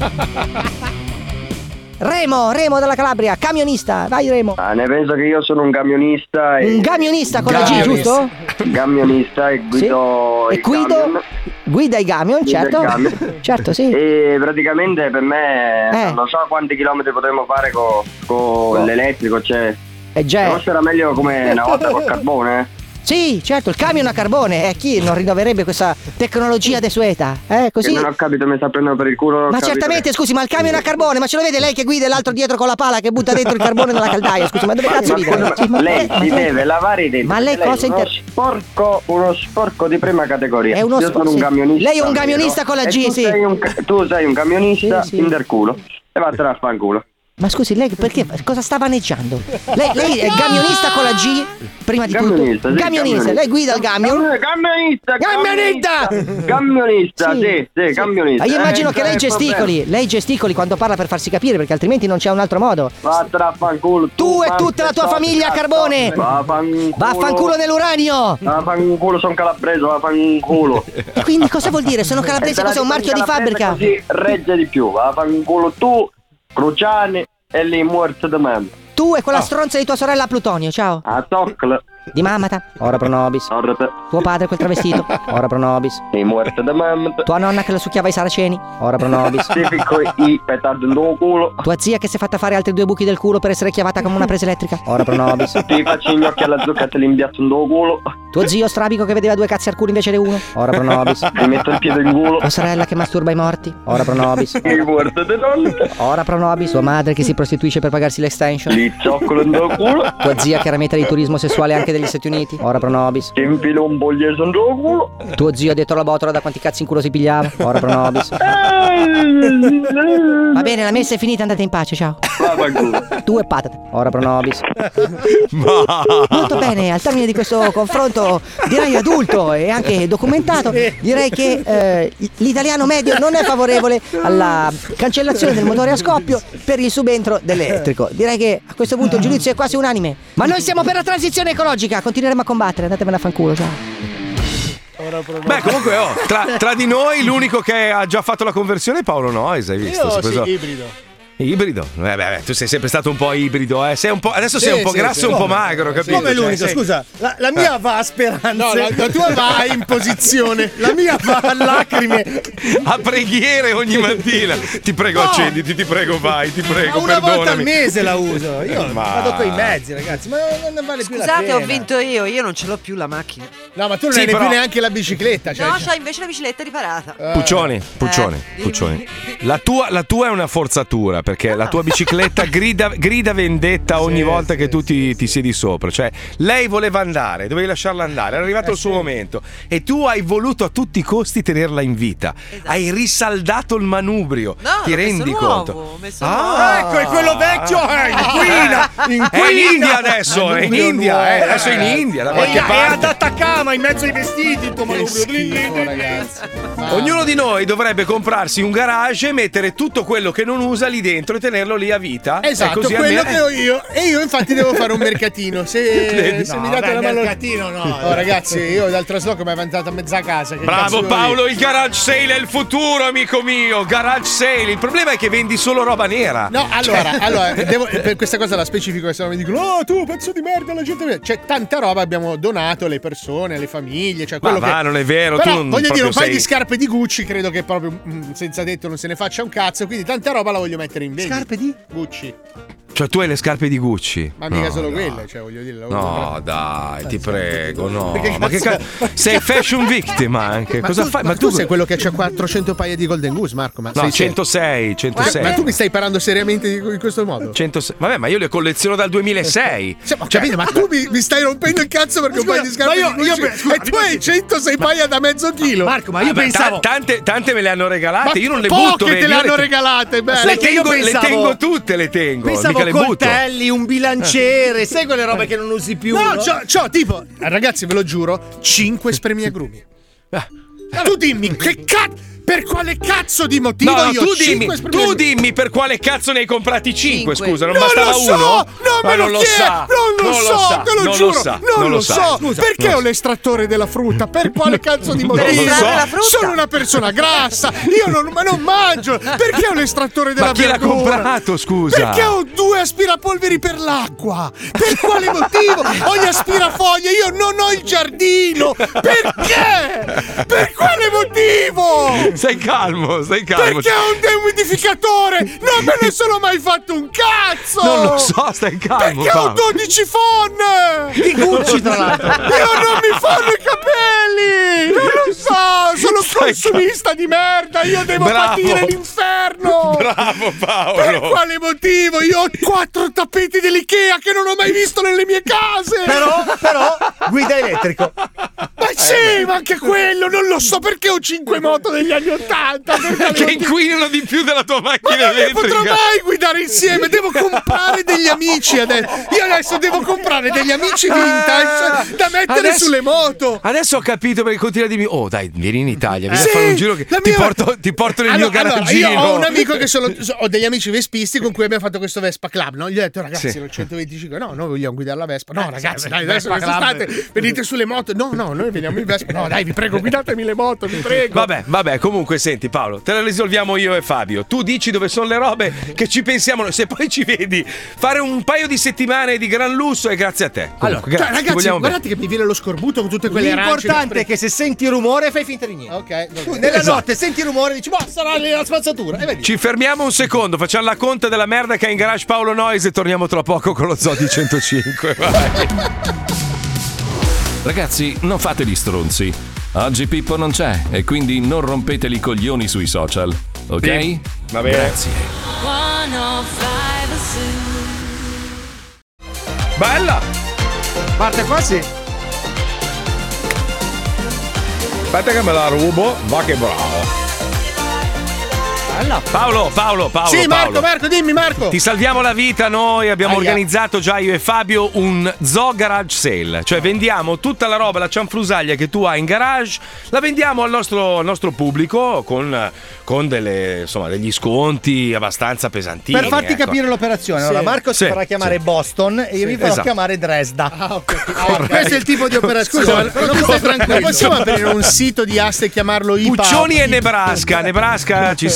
Remo dalla Calabria, camionista, vai Remo. Ne penso che io sono un camionista. Un camionista con la G, giusto? Camionista e guido guida i camion, certo. Certo, sì. E praticamente per me non so quanti chilometri potremmo fare con l'elettrico, cioè. Forse era meglio come una volta col carbone. Sì, certo, il camion a carbone. Chi non rinnoverebbe questa tecnologia desueta? Così. Non ho capito, mi sta prendendo per il culo. Ma certamente, scusi, ma il camion a carbone, ma ce lo vede lei che guida e l'altro dietro con la pala che butta dentro il carbone nella caldaia? Scusi, ma dove cazzo vive? Lei si deve lavare i denti. Ma lei cosa uno sporco di prima categoria. Io sono un camionista. Lei è un camionista con la G, sì. Tu sei un camionista interculo. E vattene a fanculo. Ma scusi, lei perché? Cosa sta vaneggiando? Lei è camionista con la G? Prima di tutto? Sì, camionista. Lei guida il camion? Camionista, sì, camionista. Io immagino che lei gesticoli quando parla per farsi capire, perché altrimenti non c'è un altro modo. Vattene a fanculo. Tu e tutta la tua famiglia a carbone. Vaffanculo nell'uranio. Vaffanculo, sono calabrese, vaffanculo. E quindi cosa vuol dire? Sono calabrese, cos'è un marchio di fabbrica? Così regge di più, vaffanculo tu. Cruciani e lì morto da me. Tu e quella stronza di tua sorella Plutonio, ciao. A toccola. Di mamata, ora pro nobis. Tuo padre quel travestito, ora pro nobis. E morto da me. Tua nonna che la succhiava i saraceni, ora pro nobis. Ti ficco i petardi in tuo culo. Tua zia che si è fatta fare altri 2 buchi del culo per essere chiavata come una presa elettrica, ora pro nobis. Ti faccio gli occhi alla zucca e te li imbiazzo in tuo culo. Tuo zio strabico che vedeva 2 cazzi al culo invece di uno, ora pro nobis. Ti metto il piede in culo. Tua sorella che masturba i morti, ora pro nobis. E morto da nonna. Ora pro nobis. Tua madre che si prostituisce per pagarsi l'extension. Li zoccolo in tuo culo. Tua zia che era meta di turismo sessuale anche degli Stati Uniti, ora pro nobis. Ti infilo un boglieso in tuo culo. Tuo zio dietro la botola da quanti cazzi in culo si pigliava, ora pro nobis. Va bene, la messa è finita, andate in pace, ciao. Tu e patate, ora pro nobis. Molto bene, al termine di questo confronto direi adulto e anche documentato, direi che l'italiano medio non è favorevole alla cancellazione del motore a scoppio per il subentro dell'elettrico. Direi che a questo punto il giudizio è quasi unanime. Ma noi siamo per la transizione ecologica, continueremo a combattere, andatevene a fanculo, ciao. Beh, comunque tra di noi l'unico che ha già fatto la conversione è Paolo Noyes, hai visto? Io sì, ibrido. Ibrido? Tu sei sempre stato un po' ibrido, Sei un po', adesso sei un po' grasso e un po' magro, capito? Come l'unico, scusa. La mia va a speranza. No, la tua va in posizione. La mia va a lacrime. A preghiere ogni mattina. Ti prego, accenditi, ti prego, vai, ti prego, una perdonami. volta al mese la uso. Io vado coi mezzi, ragazzi, ma non vale più la pena. Scusate, ho vinto io non ce l'ho più la macchina. No, ma tu non hai più neanche la bicicletta. No, c'ho invece la bicicletta riparata. Puccioni. La tua è una forzatura, perché la tua bicicletta grida vendetta ogni volta che tu ti siedi sopra. Cioè, lei voleva andare, dovevi lasciarla andare, era arrivato il suo momento e tu hai voluto a tutti i costi tenerla in vita. Esatto. Hai risaldato il manubrio. No, ti rendi conto? Ecco, è quello vecchio, inquina. È in India adesso, è in India, adesso è in India, da qualche parte. È ad Atacama, in mezzo ai vestiti, il tuo manubrio. Ragazzi. Ognuno di noi dovrebbe comprarsi un garage e mettere tutto quello che non usa lì dentro e tenerlo lì a vita. Esatto, così quello che ho io. E io infatti devo fare un mercatino. Se mi date la mano. Mercatino no. Oh, ragazzi, io dal trasloco mi è vantato a mezza casa. Bravo Paolo, il garage sale è il futuro, amico mio. Garage sale. Il problema è che vendi solo roba nera. No, allora per questa cosa la specifico, che se no mi dicono "Oh, tu pezzo di merda, la gente". C'è tanta roba, abbiamo donato alle persone, alle famiglie, cioè quello ma non è vero. Però, tu non voglio dire, un paio sei... di scarpe di Gucci credo che proprio senza detto non se ne faccia un cazzo, quindi tanta roba la voglio mettere in vendita. Scarpe di Gucci. Cioè tu hai le scarpe di Gucci? Ma mica solo quelle, cioè voglio dire. No, dai, ti prego, no. Ma che cazzo? Sei fashion victim anche. Cosa fai? Ma tu sei quello che c'ha 400 paia di Golden Goose, Marco. Ma no, 106. Ma tu mi stai parlando seriamente in questo modo? 106. Vabbè, ma io le colleziono dal 2006. Capito, ma tu mi stai rompendo il cazzo perché un paio di scarpe di Gucci e tu hai 106 paia da mezzo chilo. Marco, ma io pensavo tante me le hanno regalate, io non le butto. Poche te le hanno regalate, beh. Le tengo tutte, le tengo. Pensavo mica le butto. Coltelli, un bilanciere, sai quelle robe che non usi più? No, c'ho tipo, ragazzi, ve lo giuro, 5 spremiagrumi. Tu dimmi, che cazzo? Per quale cazzo di motivo tu dimmi per quale cazzo ne hai comprati 5, scusa, non bastava uno? Non lo so, te lo giuro, non lo so. Perché ho l'estrattore della frutta? Per quale cazzo di motivo? Sono una persona grassa, io non mangio. Perché ho l'estrattore della verdura? Ma chi l'ha comprato, scusa? Perché ho 2 aspirapolveri per l'acqua? Per quale motivo? Ho gli aspirafoglie, io non ho il giardino. Perché? Per quale motivo? Stai calmo. Perché ho un dehumidificatore? Non me ne sono mai fatto un cazzo! Non lo so, stai calmo. Perché ho 12 phon! Di Gucci, tra l'altro. Io non mi fanno i capelli! Non lo so, sono consumista di merda! Io devo patire l'inferno! Bravo Paolo! Per quale motivo? Io ho 4 tappeti dell'Ikea che non ho mai visto nelle mie case! Però, guida elettrico. Ma sì, ma anche quello, non lo so perché ho 5 moto degli anni 80 che inquinano di più della tua macchina elettrica. Non potrò mai guidare insieme, devo comprare degli amici adesso. Io adesso devo comprare degli amici vintage da mettere sulle moto. Adesso ho capito perché continua a dirmi "Oh, dai, vieni in Italia, vieni a fare un giro che ti porto nel mio garagino". Io ho un amico che ho degli amici vespisti con cui abbiamo fatto questo Vespa Club, no? Gli ho detto "Ragazzi, ho 125". No, noi vogliamo guidare la Vespa. No, ragazzi, dai, adesso state, venite sulle moto. No, noi veniamo in Vespa. No, dai, vi prego, guidatemi le moto, vi prego. Vabbè, comunque senti Paolo, te la risolviamo io e Fabio. Tu dici dove sono le robe che ci pensiamo noi. Se poi ci vedi fare un paio di settimane di gran lusso è grazie a te. Comunque, allora, ragazzi, guardate che mi viene lo scorbuto con tutte quelle arance. L'importante è che se senti rumore fai finta di niente. Ok. Tu nella notte senti rumore e dici sarà la spazzatura. E vedi. Ci fermiamo un secondo, facciamo la conta della merda che ha in garage Paolo Noise e torniamo tra poco con lo Zodi 105. Vai. Ragazzi, non fate gli stronzi. Oggi Pippo non c'è e quindi non rompeteli i coglioni sui social, ok? Sì, va bene. Grazie. Bella! Parte qua sì. Aspetta che me la rubo, va che bravo. Paolo. Sì, Marco, dimmi Marco. Ti salviamo la vita, noi abbiamo organizzato già io e Fabio un Zoo Garage Sale, cioè vendiamo tutta la roba, la cianfrusaglia che tu hai in garage, la vendiamo al nostro pubblico con degli sconti abbastanza pesantini. Per farti capire l'operazione, allora Marco si farà chiamare Boston e io mi farò chiamare Dresda. Questo è il tipo di operazione. Non stai tranquillo. Possiamo aprire un sito di aste e chiamarlo IPA? Puccioni e Nebraska, ci senti Nebraska?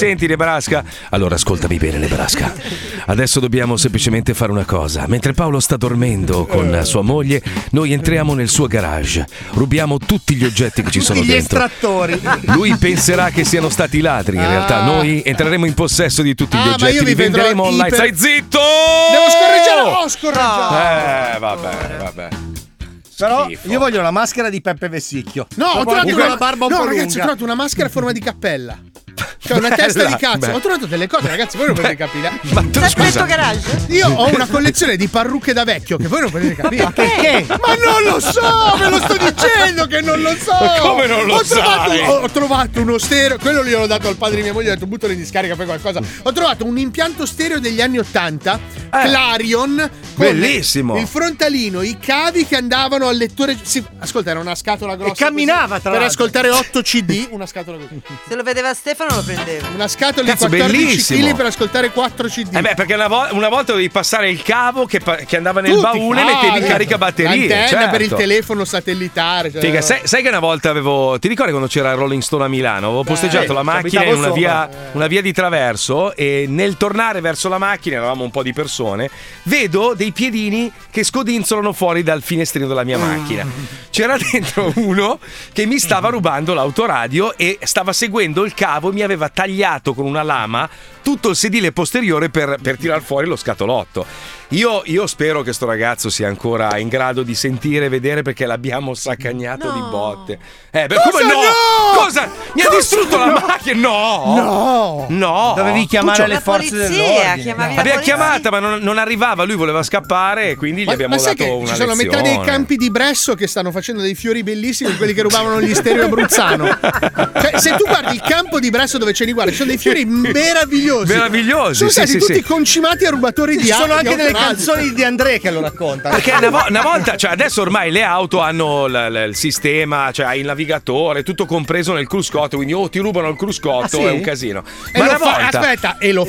Nebraska? Allora ascoltami bene, Nebraska. Adesso dobbiamo semplicemente fare una cosa. Mentre Paolo sta dormendo con sua moglie, noi entriamo nel suo garage, rubiamo tutti gli oggetti che ci sono gli dentro. estrattori. Lui penserà che siano stati ladri. In realtà noi entreremo in possesso di tutti gli oggetti, li venderemo online. Stai zitto! Devo scorreggiare. Vabbè. Però io voglio la maschera di Peppe Vessicchio. No, ho trovato una barba un po' ragazzi, ho trovato una maschera a forma di cappella. Cioè una testa di cazzo. Ho trovato delle cose, ragazzi, voi non potete capire. Ma tu aspetta garage? Io ho una collezione di parrucche da vecchio che voi non potete capire. Ma perché? Ma non lo so, ve lo sto dicendo che non lo so. Ma come non lo sai? Ho trovato uno stereo, quello gliel'ho dato al padre di mia moglie, ho detto buttalo in discarica per qualcosa. Ho trovato un impianto stereo degli anni 80, Clarion, bellissimo. Il frontalino, i cavi che andavano al lettore. Sì, ascolta, era una scatola grossa. E camminava tra per ascoltare 8 CD, una scatola così. Se lo vedeva Stefano lo prendeva. Una scatola di 14 kg per ascoltare 4 CD. Perché una volta dovevi passare il cavo che andava nel baule e mettevi in carica batterie. L'antenna per il telefono satellitare. Cioè. Figa, sai che una volta ti ricordi quando c'era il Rolling Stone a Milano? Avevo posteggiato la macchina in una via di traverso e nel tornare verso la macchina, eravamo un po' di persone, vedo dei piedini che scodinzolano fuori dal finestrino della mia macchina. C'era dentro uno che mi stava rubando l'autoradio e stava seguendo il cavo, mi aveva tagliato con una lama tutto il sedile posteriore per tirar fuori lo scatolotto. Io spero che sto ragazzo sia ancora in grado di sentire e vedere, perché l'abbiamo saccagnato di botte. Come no? Cosa? Mi ha distrutto la macchina? No. Dovevi chiamare le forze dell'ordine. L'abbiamo chiamata, ma non arrivava. Lui voleva scappare e quindi gli abbiamo dato una lezione. Ci sono metà dei campi di Bresso che stanno facendo dei fiori bellissimi, quelli che rubavano gli stereo abruzzano. Cioè, se tu guardi il campo di Bresso dove ce li guardi, ci sono dei fiori meravigliosi. Sono stati tutti concimati a rubatori di auto. Ci sono anche delle canzoni di André che lo raccontano. Perché una volta, cioè adesso ormai le auto hanno il sistema, cioè hai il navigatore, tutto compreso nel cruscotto, quindi ti rubano il cruscotto, è un casino. E lo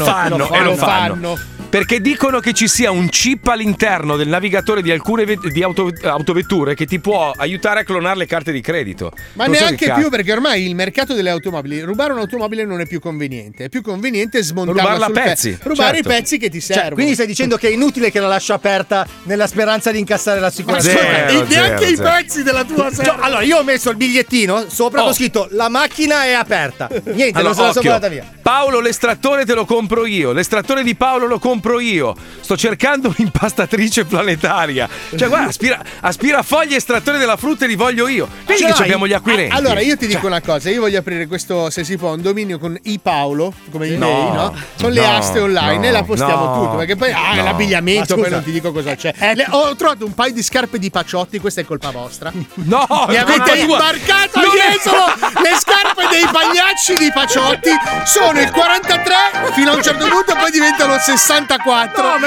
fanno. Perché dicono che ci sia un chip all'interno del navigatore di alcune autovetture che ti può aiutare a clonare le carte di credito. Ma neanche più, perché ormai il mercato delle automobili, rubare un'automobile non è più conveniente. È più conveniente smontarla a pezzi. Rubare i pezzi che ti servono. Quindi stai dicendo che è inutile che la lascio aperta nella speranza di incassare l'assicurazione. Neanche i pezzi della tua servono. Allora, io ho messo il bigliettino sopra, ho scritto la macchina è aperta. Niente, non sono andata via. Paolo, l'estrattore te lo compro io. L'estrattore di Paolo lo compro io. Sto cercando un'impastatrice planetaria. Cioè, guarda, aspira foglie estrattore della frutta e li voglio io. Vedi che abbiamo gli acquirenti. Allora, io ti dico una cosa. Io voglio aprire questo, se si può, un dominio con iPaolo, come i lei, no? Con le aste online e la postiamo tutto. Perché poi l'abbigliamento, poi non ti dico cosa c'è. Ho trovato un paio di scarpe di Paciotti, questa è colpa vostra. No! Mi avete imbarcato all'Jesolo le scarpe dei pagliacci di Paciotti. Sono il 43 fino a un certo punto, poi diventano 64. No,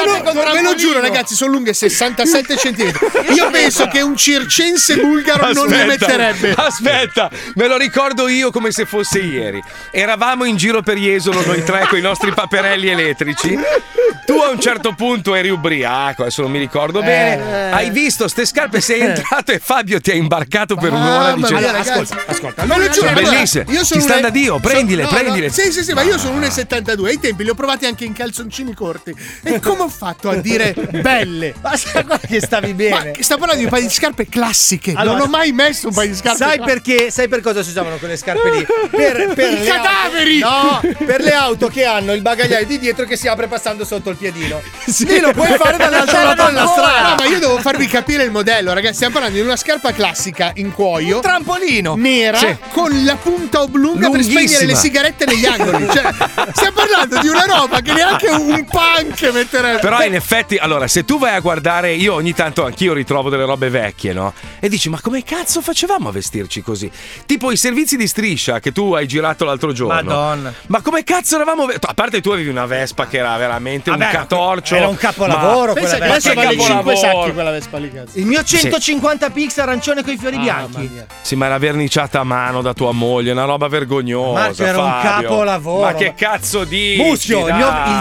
ve lo giuro, ragazzi, sono lunghe 67 centimetri. Io penso che un circense bulgaro non le metterebbe. Aspetta, me lo ricordo io come se fosse ieri. Eravamo in giro per Jesolo noi tre con i nostri paperelli elettrici. Tu a un certo punto eri ubriaco, adesso non mi ricordo bene. Hai visto ste scarpe, sei entrato e Fabio ti ha imbarcato per un'ora dicendo ascolta. Me lo giuro, bellissime. Ti sta da Dio, prendile. Sì, ma io sono 1,72. Ai tempi li ho provati anche in calzoncini corti. E come ho fatto a dire belle? Ma guarda che stavi bene. Ma sta parlando di un paio di scarpe classiche. Allora, non ho mai messo un paio di scarpe. Sai per cosa si usavano quelle scarpe lì? Per i cadaveri! No, per le auto che hanno il bagagliaio di dietro che si apre passando sotto il piedino. Sì, lo puoi fare dall'altro lato della strada. No, ma io devo farvi capire il modello, ragazzi. Stiamo parlando di una scarpa classica in cuoio, un trampolino nera, con la punta oblunga per spegnere le sigarette negli angoli. Cioè, stiamo parlando di una roba che neanche un punk metterebbe. Però in effetti, allora, se tu vai a guardare, io ogni tanto anch'io ritrovo delle robe vecchie, no? E dici, ma come cazzo facevamo a vestirci così? Tipo i servizi di striscia che tu hai girato l'altro giorno. Madonna. Ma come cazzo eravamo? A parte tu avevi una Vespa che era veramente un catorcio. Era un capolavoro. Pensa che adesso vale 5 sacchi quella Vespa lì, cazzo. Il mio 150 pix arancione con i fiori bianchi. Sì, ma era verniciata a mano da tua moglie, una roba vergognosa. Ma era un capolavoro. Ma che cazzo dici? Muschio, il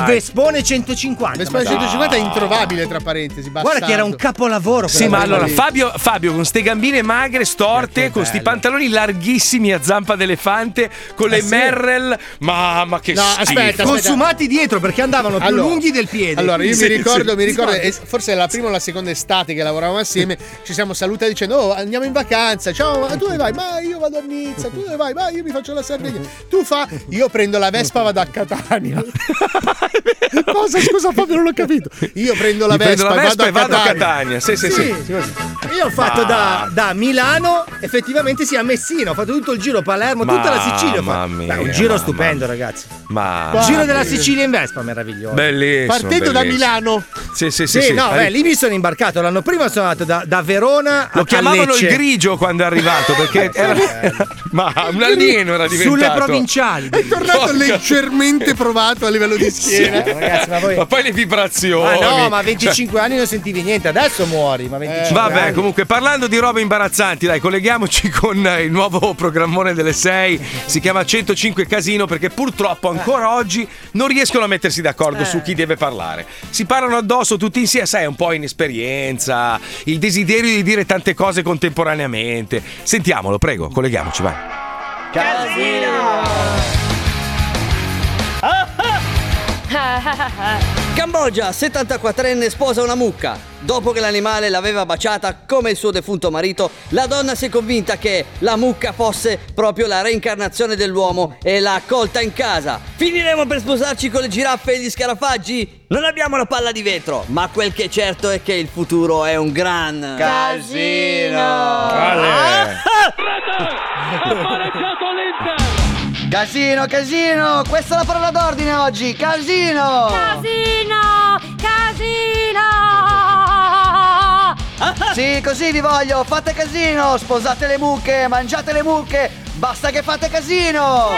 Vespone 150. Vespone 150 è introvabile, tra parentesi. Guarda che era un capolavoro. Sì, ma allora Fabio con ste gambine magre, storte, con sti pantaloni larghissimi a zampa d'elefante, con le Merrell. Ma che schifo. Aspetta. Consumati dietro perché andavano più lunghi del piede. Allora, io mi ricordo, forse è la prima o la seconda estate che lavoravamo assieme, ci siamo salutati dicendo: oh, andiamo in vacanza. Ciao, tu dove vai? Ma io vado a Nizza. Tu dove vai? Ma io mi faccio la Sardegna. Io prendo la Vespa, vado a Catania. Cosa? Scusa Fabio, non l'ho capito. Io prendo la Vespa e vado a Catania. Sì. Io ho fatto da Milano effettivamente a Messina, ho fatto tutto il giro Palermo, tutta la Sicilia. Un giro stupendo, ragazzi. Il giro della Sicilia in Vespa meraviglioso. Bellissimo. Partendo da Milano. Sì. Lì mi sono imbarcato. L'anno prima sono andato da Verona. Lo chiamavano il grigio quando è arrivato perché era un alieno era diventato. Sulle provinciali. È tornato leggermente provato a livello di schiena. Ragazzi, ma poi le vibrazioni. Ma 25 anni non sentivi niente, adesso muori. Ma 25 anni. Comunque, parlando di robe imbarazzanti, dai, colleghiamoci con il nuovo programmone delle 6. Si chiama 105 Casino perché purtroppo ancora oggi non riescono a mettersi d'accordo su chi deve parlare. Si parlano addosso tutti insieme, sai, un po' inesperienza, il desiderio di dire tante cose contemporaneamente. Sentiamolo, prego, colleghiamoci, vai. Casino! Cambogia, 74enne sposa una mucca. Dopo che l'animale l'aveva baciata come il suo defunto marito, la donna si è convinta che la mucca fosse proprio la reincarnazione dell'uomo e l'ha accolta in casa. Finiremo per sposarci con le giraffe e gli scarafaggi? Non abbiamo la palla di vetro, ma quel che è certo è che il futuro è un gran casino. Casino, questa è la parola d'ordine oggi, casino! Sì, così vi voglio, fate casino, sposate le mucche, mangiate le mucche, basta che fate casino!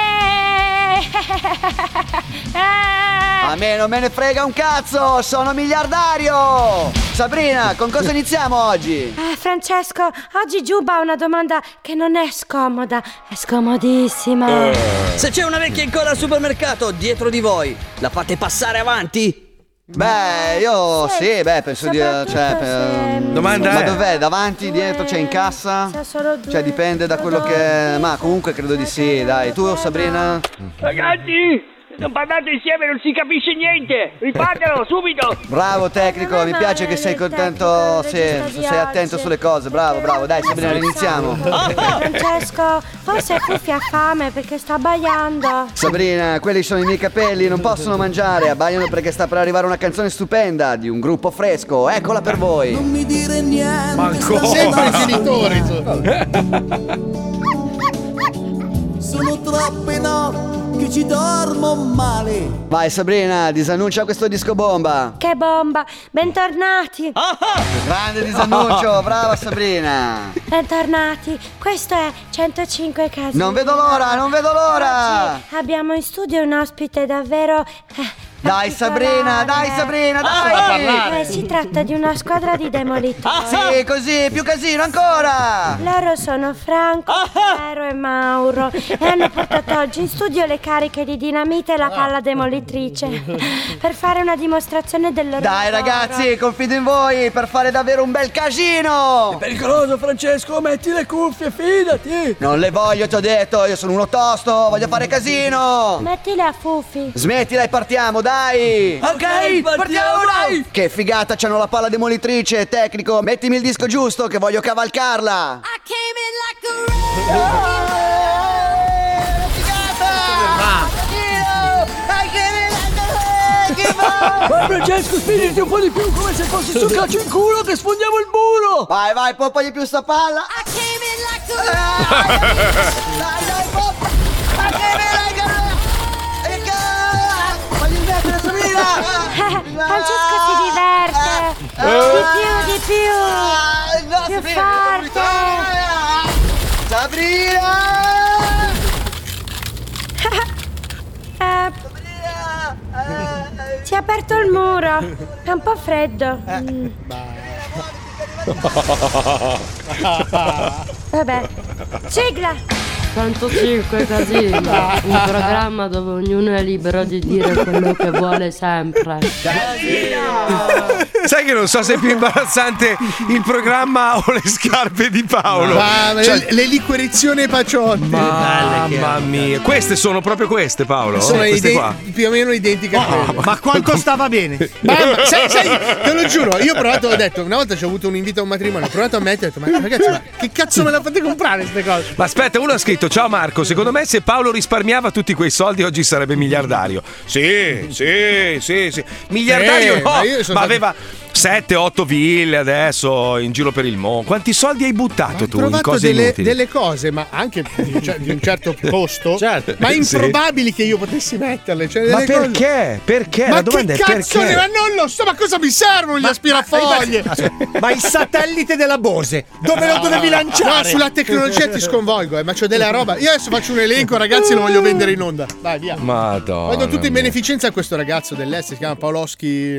A me non me ne frega un cazzo, sono miliardario! Sabrina, con cosa iniziamo oggi? Francesco, oggi Giuba ha una domanda che non è scomoda, è scomodissima. Se c'è una vecchia ancora al supermercato dietro di voi, la fate passare avanti? Beh, io penso di... Domanda ma dov'è? Davanti, dietro, c'è in cassa? Cioè dipende da quello che... Ma comunque credo di sì, dai. Tu, Sabrina? Ragazzi! Non parlate insieme, non si capisce niente! Rifatelo subito! Bravo tecnico, mi piace che sei contento, sei attento sulle cose, bravo, dai Sabrina, iniziamo! Francesco, forse Fuffi ha fame perché sta abbaiando. Sabrina, quelli sono i miei capelli, non possono mangiare, abbaiano perché sta per arrivare una canzone stupenda di un gruppo fresco, eccola per voi! Non mi dire niente! Ma sempre i genitori! Sono troppe notti che ci dormo male. Vai Sabrina, disannuncia questo disco bomba. Che bomba, bentornati. Grande disannuncio, brava Sabrina. Bentornati, questo è 105 Casino. Non vedo l'ora. Oggi abbiamo in studio un ospite davvero... Dai Sabrina, dai! Si tratta di una squadra di demolitori. Sì, così, più casino ancora! Loro sono Franco, Piero e Mauro e hanno portato oggi in studio le cariche di dinamite e la palla demolitrice per fare una dimostrazione del loro Dai lavoro. Ragazzi, confido in voi per fare davvero un bel casino! È pericoloso Francesco, metti le cuffie, fidati! Non le voglio, ti ho detto, io sono uno tosto, voglio fare casino! Mettile a Fuffi. Smettila e partiamo, dai! Ok, partiamo, dai! Che figata, c'hanno la palla demolitrice, tecnico, mettimi il disco giusto che voglio cavalcarla! Vai Francesco, spingiti un po' di più come se fossi sul calcio in culo che sfondiamo il muro! Vai, poppa di più sta palla! Dai, poppa! Francesco si diverte. Di più. Più forte. Sabrina! Si è aperto il muro. È un po' freddo. Vabbè. Sigla. 105 Casino, un programma dove ognuno è libero di dire quello che vuole sempre. Sai che non so se è più imbarazzante il programma o le scarpe di Paolo. Le liquorizioni Paciotti. Mamma mia, queste sono proprio queste, Paolo. Sono qua. più o meno identiche a quelle. Ma quanto stava bene? Sai, te lo giuro, io ho provato, ho detto, una volta c'ho avuto un invito a un matrimonio, ho provato a mettere, ho detto, ma ragazzi, ma che cazzo me la fate comprare queste cose? Ma aspetta, uno ha scritto: ciao Marco, secondo me se Paolo risparmiava tutti quei soldi oggi sarebbe miliardario. Sì. Miliardario ma aveva 7-8 ville adesso in giro per il mondo. Quanti soldi hai buttato tu in cose inutili? Delle cose, ma anche di un certo costo, ma improbabili che io potessi metterle. Cioè, ma perché? Perché? Ma la domanda che è cazzo perché? ma non lo so, ma cosa mi servono gli aspirafoglie? Ma il satellite della Bose, dove lo dovevi lanciare? No, sulla tecnologia ti sconvolgo, ma c'ho della roba. Io adesso faccio un elenco, ragazzi, lo voglio vendere in onda. Vai, via. Madonna. Vado tutto in beneficenza a questo ragazzo dell'est, si chiama Paoloschi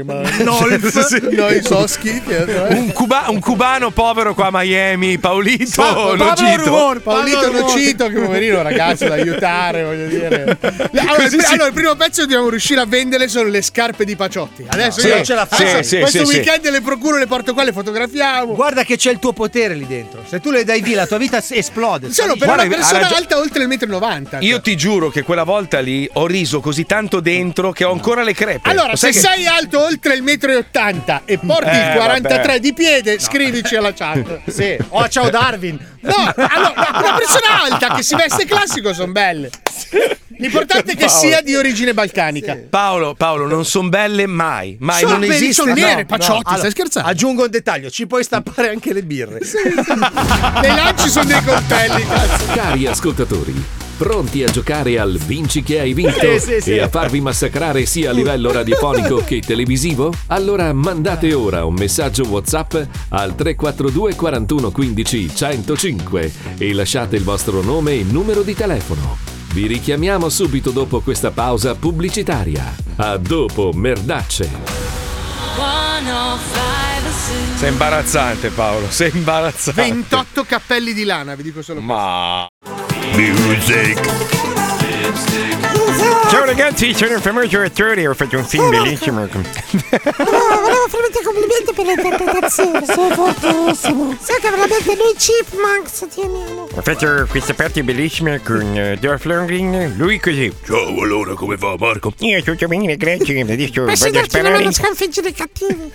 Noisoschi. Un cubano povero qua a Miami, Paolito Nocito. Paolito Nocito, che poverino ragazzo da aiutare, voglio dire. Allora, il primo pezzo che dobbiamo riuscire a vendere sono le scarpe di Paciotti. Adesso io ce la faccio. Questo weekend le procuro, le porto qua, le fotografiamo. Guarda che c'è il tuo potere lì dentro. Se tu le dai via, la tua vita esplode. Sono per una persona alta oltre il 1,90 m. Io ti giuro che quella volta lì ho riso così tanto dentro che ho ancora le crepe. Allora, se sei alto oltre il 1,80 m e porti il 43 di piede, scrivici alla chat. Sì. O ciao Darwin. No, allora, una persona alta che si veste classico sono belle. L'importante è che sia di origine balcanica. Sì. Paolo, non sono belle mai. Sono non esiste. Sono nere, Paciotti, allora, stai scherzando? Aggiungo un dettaglio, ci puoi stappare anche le birre. Nei lanci sono dei coltelli, cazzo. Cari ascoltatori, pronti a giocare al Vinci che hai vinto e a farvi massacrare sia a livello radiofonico che televisivo? Allora mandate ora un messaggio WhatsApp al 342 41 15 105 e lasciate il vostro nome e numero di telefono. Vi richiamiamo subito dopo questa pausa pubblicitaria. A dopo, merdacce. Sei imbarazzante, Paolo, sei imbarazzante. 28 cappelli di lana, vi dico solo Music. Ciao ragazzi, sono il famoso attore, ho fatto un film bellissimo. Volevo farti complimenti per l'interpretazione, sei fortissimo. Sai che veramente noi Chipmunks teniamo. Ho fatto questa parte bellissima con Dolph Lundgren, lui così. Ciao, allora come va Marco? Io tutto bene, grazie, adesso vado a sparare. Non sconfiggere i cattivi.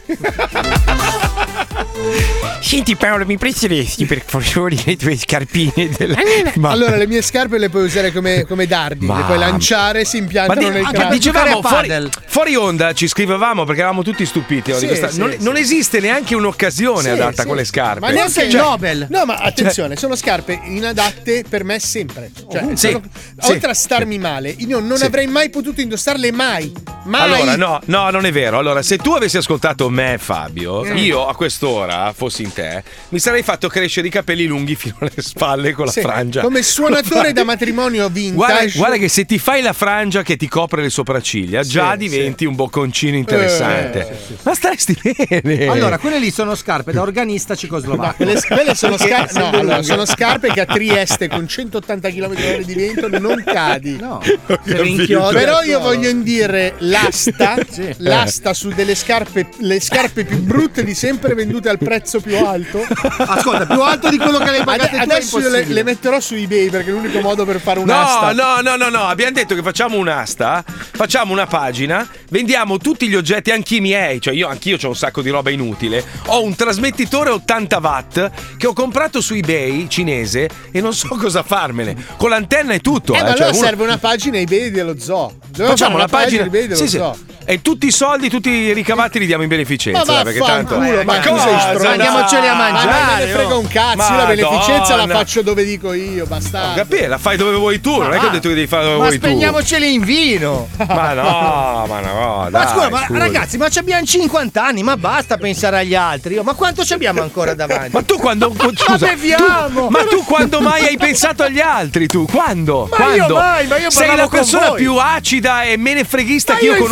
Senti Paolo, mi presteresti per favore le tue scarpine Allora, le mie scarpe le puoi usare come dardi, le puoi lanciare, si impiantano nel cranio. Dicevamo fuori onda, ci scrivevamo perché eravamo tutti stupiti. Non esiste neanche un'occasione adatta con le scarpe. Ma neanche il Nobel. No, ma attenzione, sono scarpe inadatte per me sempre. Oltre a starmi male, io non avrei mai potuto indossarle mai. Allora, no, non è vero. Allora, se tu avessi ascoltato me, Fabio, io a quest'ora, fossi in te, mi sarei fatto crescere i capelli lunghi fino alle spalle con la frangia. Come suonatore da matrimonio vintage. Guarda che se ti fai la frangia che ti copre le sopracciglia, già diventi un bocconcino interessante. Ma staresti bene. Allora, quelle lì sono scarpe da organista cecoslovacco. Quelle sono scarpe. No, allora, sono scarpe che a Trieste con 180 km/h di vento non cadi. No. Però io voglio dire l'asta su delle scarpe, le scarpe più brutte di sempre vendute al prezzo più alto. Ascolta, più alto di quello che le hai pagate tu. Adesso io le metterò su eBay perché è l'unico modo per fare un'asta. No, abbiamo detto che facciamo un'asta, facciamo una pagina, vendiamo tutti gli oggetti, anche i miei, cioè anch'io ho un sacco di roba inutile. Ho un trasmettitore 80 watt che ho comprato su eBay cinese e non so cosa farmene. Con l'antenna e tutto. Ma allora serve una pagina eBay dello zoo. Facciamo una pagina eBay dello zoo. E tutti i soldi, tutti i ricavati li diamo in beneficenza. Perché tanto. Ma cosa? Andiamoceli a mangiare. Ma me ne frega un cazzo. Io la beneficenza la faccio dove dico io. Basta. Capire, la fai dove vuoi tu. Non è che ho detto che devi fare dove vuoi tu. Ma spegniamoceli in vino. Ma no, dai. Ma scusa, ragazzi, ma abbiamo 50 anni. Ma basta pensare agli altri. Ma quanto ci abbiamo ancora davanti? Ma tu quando. Scusa, ma tu quando mai hai pensato agli altri? Tu quando? Ma io mai. Ma io sei la persona più acida e menefreghista che io conosca.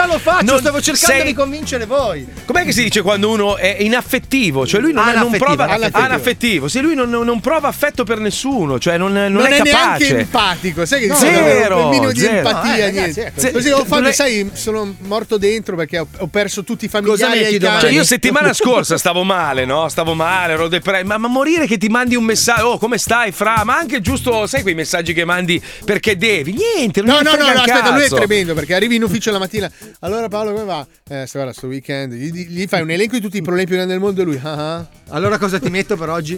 già lo faccio, stavo cercando di convincere voi. Com'è che si dice quando uno è inaffettivo? Cioè lui non prova anaffettivo. Se lui non prova affetto per nessuno, cioè non è capace. Neanche empatico, sai che zero, un minimo di empatia, niente. Così ho fatto, sai, sono morto dentro perché ho perso tutti i familiari. Cioè, io settimana scorsa stavo male, no? Ero depresso. Ma morire che ti mandi un messaggio, oh, come stai, fra? Ma anche giusto, sai quei messaggi che mandi perché devi? Niente, no, aspetta, lui è tremendo perché arrivi in ufficio la mattina. Allora Paolo, come va? Guarda, sto weekend. Gli fai un elenco di tutti i problemi più grandi del mondo e lui. Allora cosa ti metto per oggi?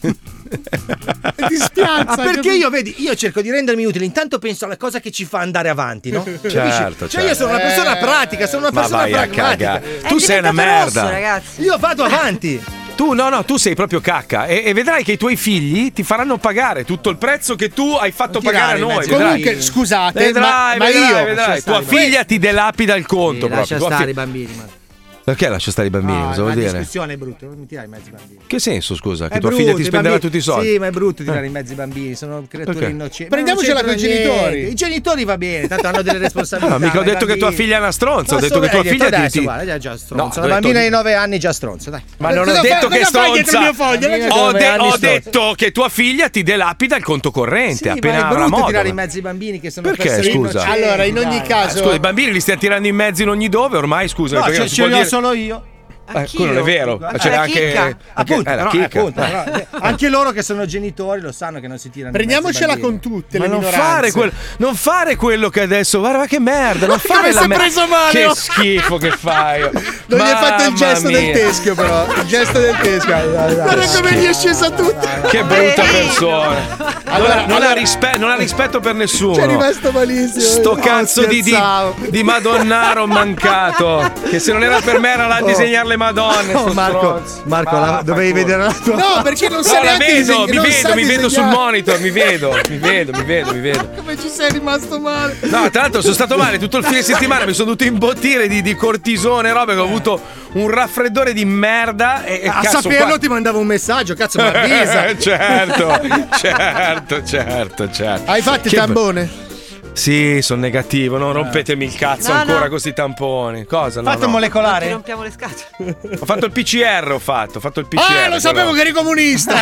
Ti spiazza. Perché io cerco di rendermi utile. Intanto penso alla cosa che ci fa andare avanti, no? Certo. Cioè io sono una persona pratica, sono una persona pragmatica. Tu sei una merda. Rosso, ragazzi. Io vado avanti. Tu sei proprio cacca e vedrai che i tuoi figli ti faranno pagare tutto il prezzo che tu hai fatto pagare a noi. Comunque, scusate, vedrai, io tua figlia ti delapida il conto. Lascia stare i bambini, Perché lascia stare i bambini? Cosa vuol dire? La discussione è brutta, non mi tirai in mezzo ai bambini. Che senso, scusa? Che tua figlia ti spenderà tutti i soldi? Sì, ma è brutto tirare in mezzo ai bambini, sono creature innocenti. Prendiamocela con i genitori. I genitori va bene, tanto hanno delle responsabilità. No, mica ho detto che tua figlia è una stronza, ho detto che tua figlia adesso, guarda, è già stronza. La bambina di 9 anni già stronza, dai. Ma non ho detto che è stronza. Ho detto che tua figlia ti delapida il conto corrente appena avrà modo. È brutto tirare in mezzo ai bambini che sono perché, scusa? Allora, in ogni caso, scusa, i bambini li stiamo tirando in mezzo in ogni dove, ormai, scusa. No, ce li ho solo io. Quello non è vero, c'è anche appunto, anche loro che sono genitori lo sanno che non si tirano. Prendiamocela con tutte le minoranze. Non fare quello che adesso, guarda che merda, non fare la preso male. Che schifo che fai. Non gli hai fatto il gesto del teschio, però. Il gesto del teschio. Guarda come gli è scesa tutta. Che brutta persona. Allora, non ha rispetto per nessuno. C'è rimasto malissimo. Sto cazzo di Madonnaro mancato. Che se non era per me era là a disegnare le Madonne. Marco, dovevi vedere la tua. No, perché non sa neanche mi vedo sul monitor, mi vedo. Come ci sei rimasto male? No, tra l'altro sono stato male tutto il fine settimana, mi sono dovuto imbottire di cortisone, robe che ho avuto un raffreddore di merda e a cazzo saperlo ti mandavo un messaggio, cazzo, mi avvisa. certo. Hai fatto il tampone? Sì, sono negativo, non rompetemi il cazzo ancora con questi tamponi. Cosa? Fatto molecolare? Non ti rompiamo le scatole. Ho fatto il PCR, ho fatto il PCR. Lo sapevo che eri comunista.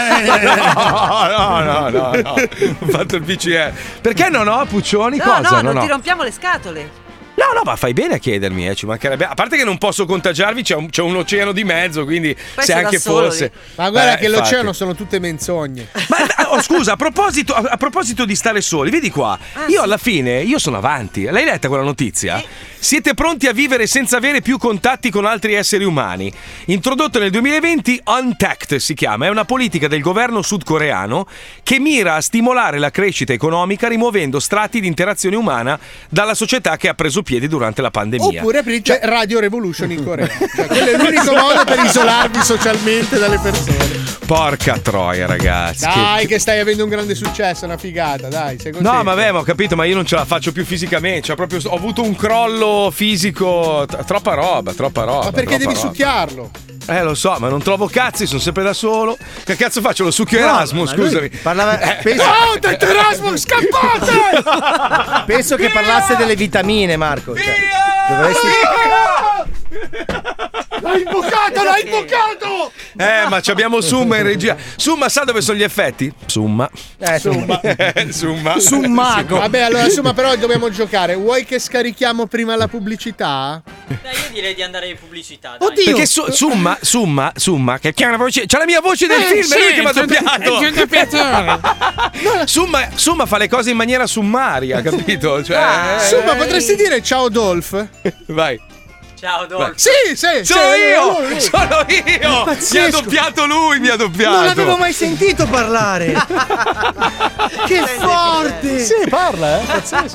No. Ho fatto il PCR. Perché no, Puccioni? No, cosa? Non ti rompiamo le scatole. No, ma fai bene a chiedermi, ci mancherebbe. A parte che non posso contagiarvi, c'è un oceano di mezzo, quindi poi se anche fosse. Ma guarda che l'oceano sono tutte menzogne. Ma scusa, a proposito di stare soli, vedi qua. Alla fine, io sono avanti. L'hai letta quella notizia? Siete pronti a vivere senza avere più contatti con altri esseri umani? Introdotto nel 2020, Untact si chiama, è una politica del governo sudcoreano che mira a stimolare la crescita economica rimuovendo strati di interazione umana dalla società che ha preso piedi durante la pandemia. Oppure aprite Radio Revolution in Corea. Cioè, quello è l'unico modo per isolarvi socialmente dalle persone. Porca troia, ragazzi. Dai, che stai avendo un grande successo, una figata, dai. Sei contento? No, vabbè, ma ho capito, ma io non ce la faccio più fisicamente. Cioè, proprio ho avuto un crollo fisico. Troppa roba. Ma perché devi succhiarlo? Lo so, ma non trovo cazzi, sono sempre da solo. Che cazzo faccio? Lo succhio Erasmo, scusami. Oh, detto Erasmo, scappate! Penso che parlasse delle vitamine, Marco. Dovresti... L'hai invocato! Ma abbiamo Summa in regia. Summa sa dove sono gli effetti? Summa. Summaco. Vabbè, allora Summa, però dobbiamo giocare. Vuoi che scarichiamo prima la pubblicità? Dai, io direi di andare in pubblicità. Oddio. Perché Summa, che ha una voce. C'ha la mia voce del film, è lui che mi ha doppiato. Summa fa le cose in maniera summaria, capito? Cioè, Summa, potresti dire ciao Dolph? Vai. Ciao Dolph. Sì. Sono io. Mi ha doppiato lui, Non l'avevo mai sentito parlare. Che forte. Sì, parla, pazzesco.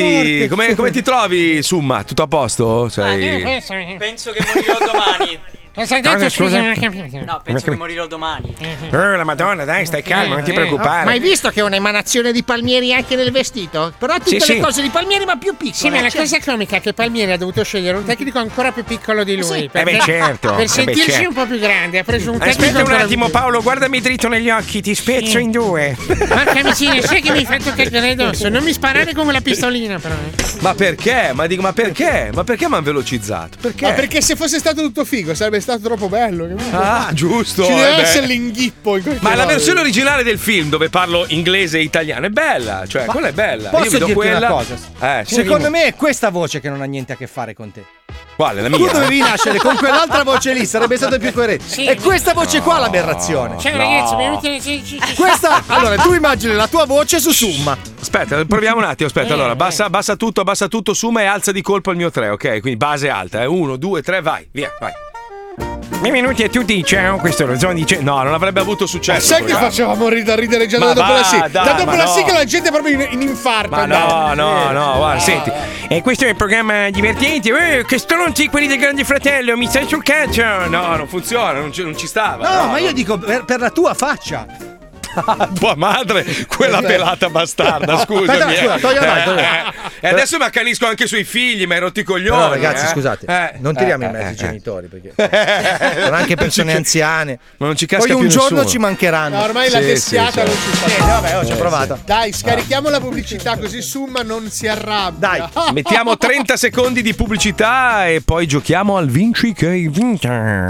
Senti, come ti trovi, Summa? Tutto a posto? Penso che morirò domani. Cosa hai detto, scusa? No, penso che morirò domani. Oh, la Madonna, dai, stai calmo, non ti preoccupare. Ma hai visto che è un'emanazione di Palmieri anche nel vestito? Però tutte le cose di Palmieri ma più piccole. Sì, ma la cosa comica è che Palmieri ha dovuto scegliere un tecnico ancora più piccolo di lui. Certo. Per sentirsi un po' più grande, ha preso un tecnico. Aspetta un attimo, Paolo, guardami dritto negli occhi, ti spezzo in due. Porca micina, sai che mi hai fatto cagare addosso? Non mi sparare con quella pistolina, però. Ma perché? Ma perché? Ma perché mi hanno velocizzato? Perché? Ma perché se fosse stato tutto figo sarebbe stato troppo bello. Ah, giusto. Ci deve essere l'inghippo. Ma la versione originale del film dove parlo inglese e italiano è bella. Cioè, quella è bella. Posso dirti quella... una cosa? Secondo me è questa voce che non ha niente a che fare con te. Quale? La mia? Tu dovevi nascere con quell'altra voce lì, sarebbe stato più coerente. Sì, e questa voce qua l'aberrazione. Cioè, ragazzi, questa. Allora, tu immagini la tua voce su Summa. Aspetta, proviamo un attimo. Aspetta, allora, abbassa tutto, Summa e alza di colpo il mio 3, ok? Quindi base alta, 1, 2, 3, vai, via, vai. Benvenuti a tutti, ciao, questo è lo Zoo dice. No, non avrebbe avuto successo. Sai che facevamo ridere già dopo la sigla? Dopo la sigla la gente è proprio in infarto. Ma no, guarda, senti. E questo è il programma divertente. Che stronzi quelli del Grande Fratello, mi stai sul cazzo. No, non funziona, non ci stava. No, ma io dico per la tua faccia. Tua madre, quella pelata bastarda, scusami. E adesso mi accanisco anche sui figli, mi hai rotti i coglioni. No, ragazzi, scusate, non tiriamo in mezzo i genitori, perché sono anche persone anziane. Ma non ci casca poi più un giorno nessuno. ci mancheranno. No, ormai la tessiata non ci sta. Vabbè, ci ho provato. Dai, scarichiamo la pubblicità così Summa non si arrabbia. Dai, mettiamo 30 secondi di pubblicità e poi giochiamo al Vinci che hai vinto.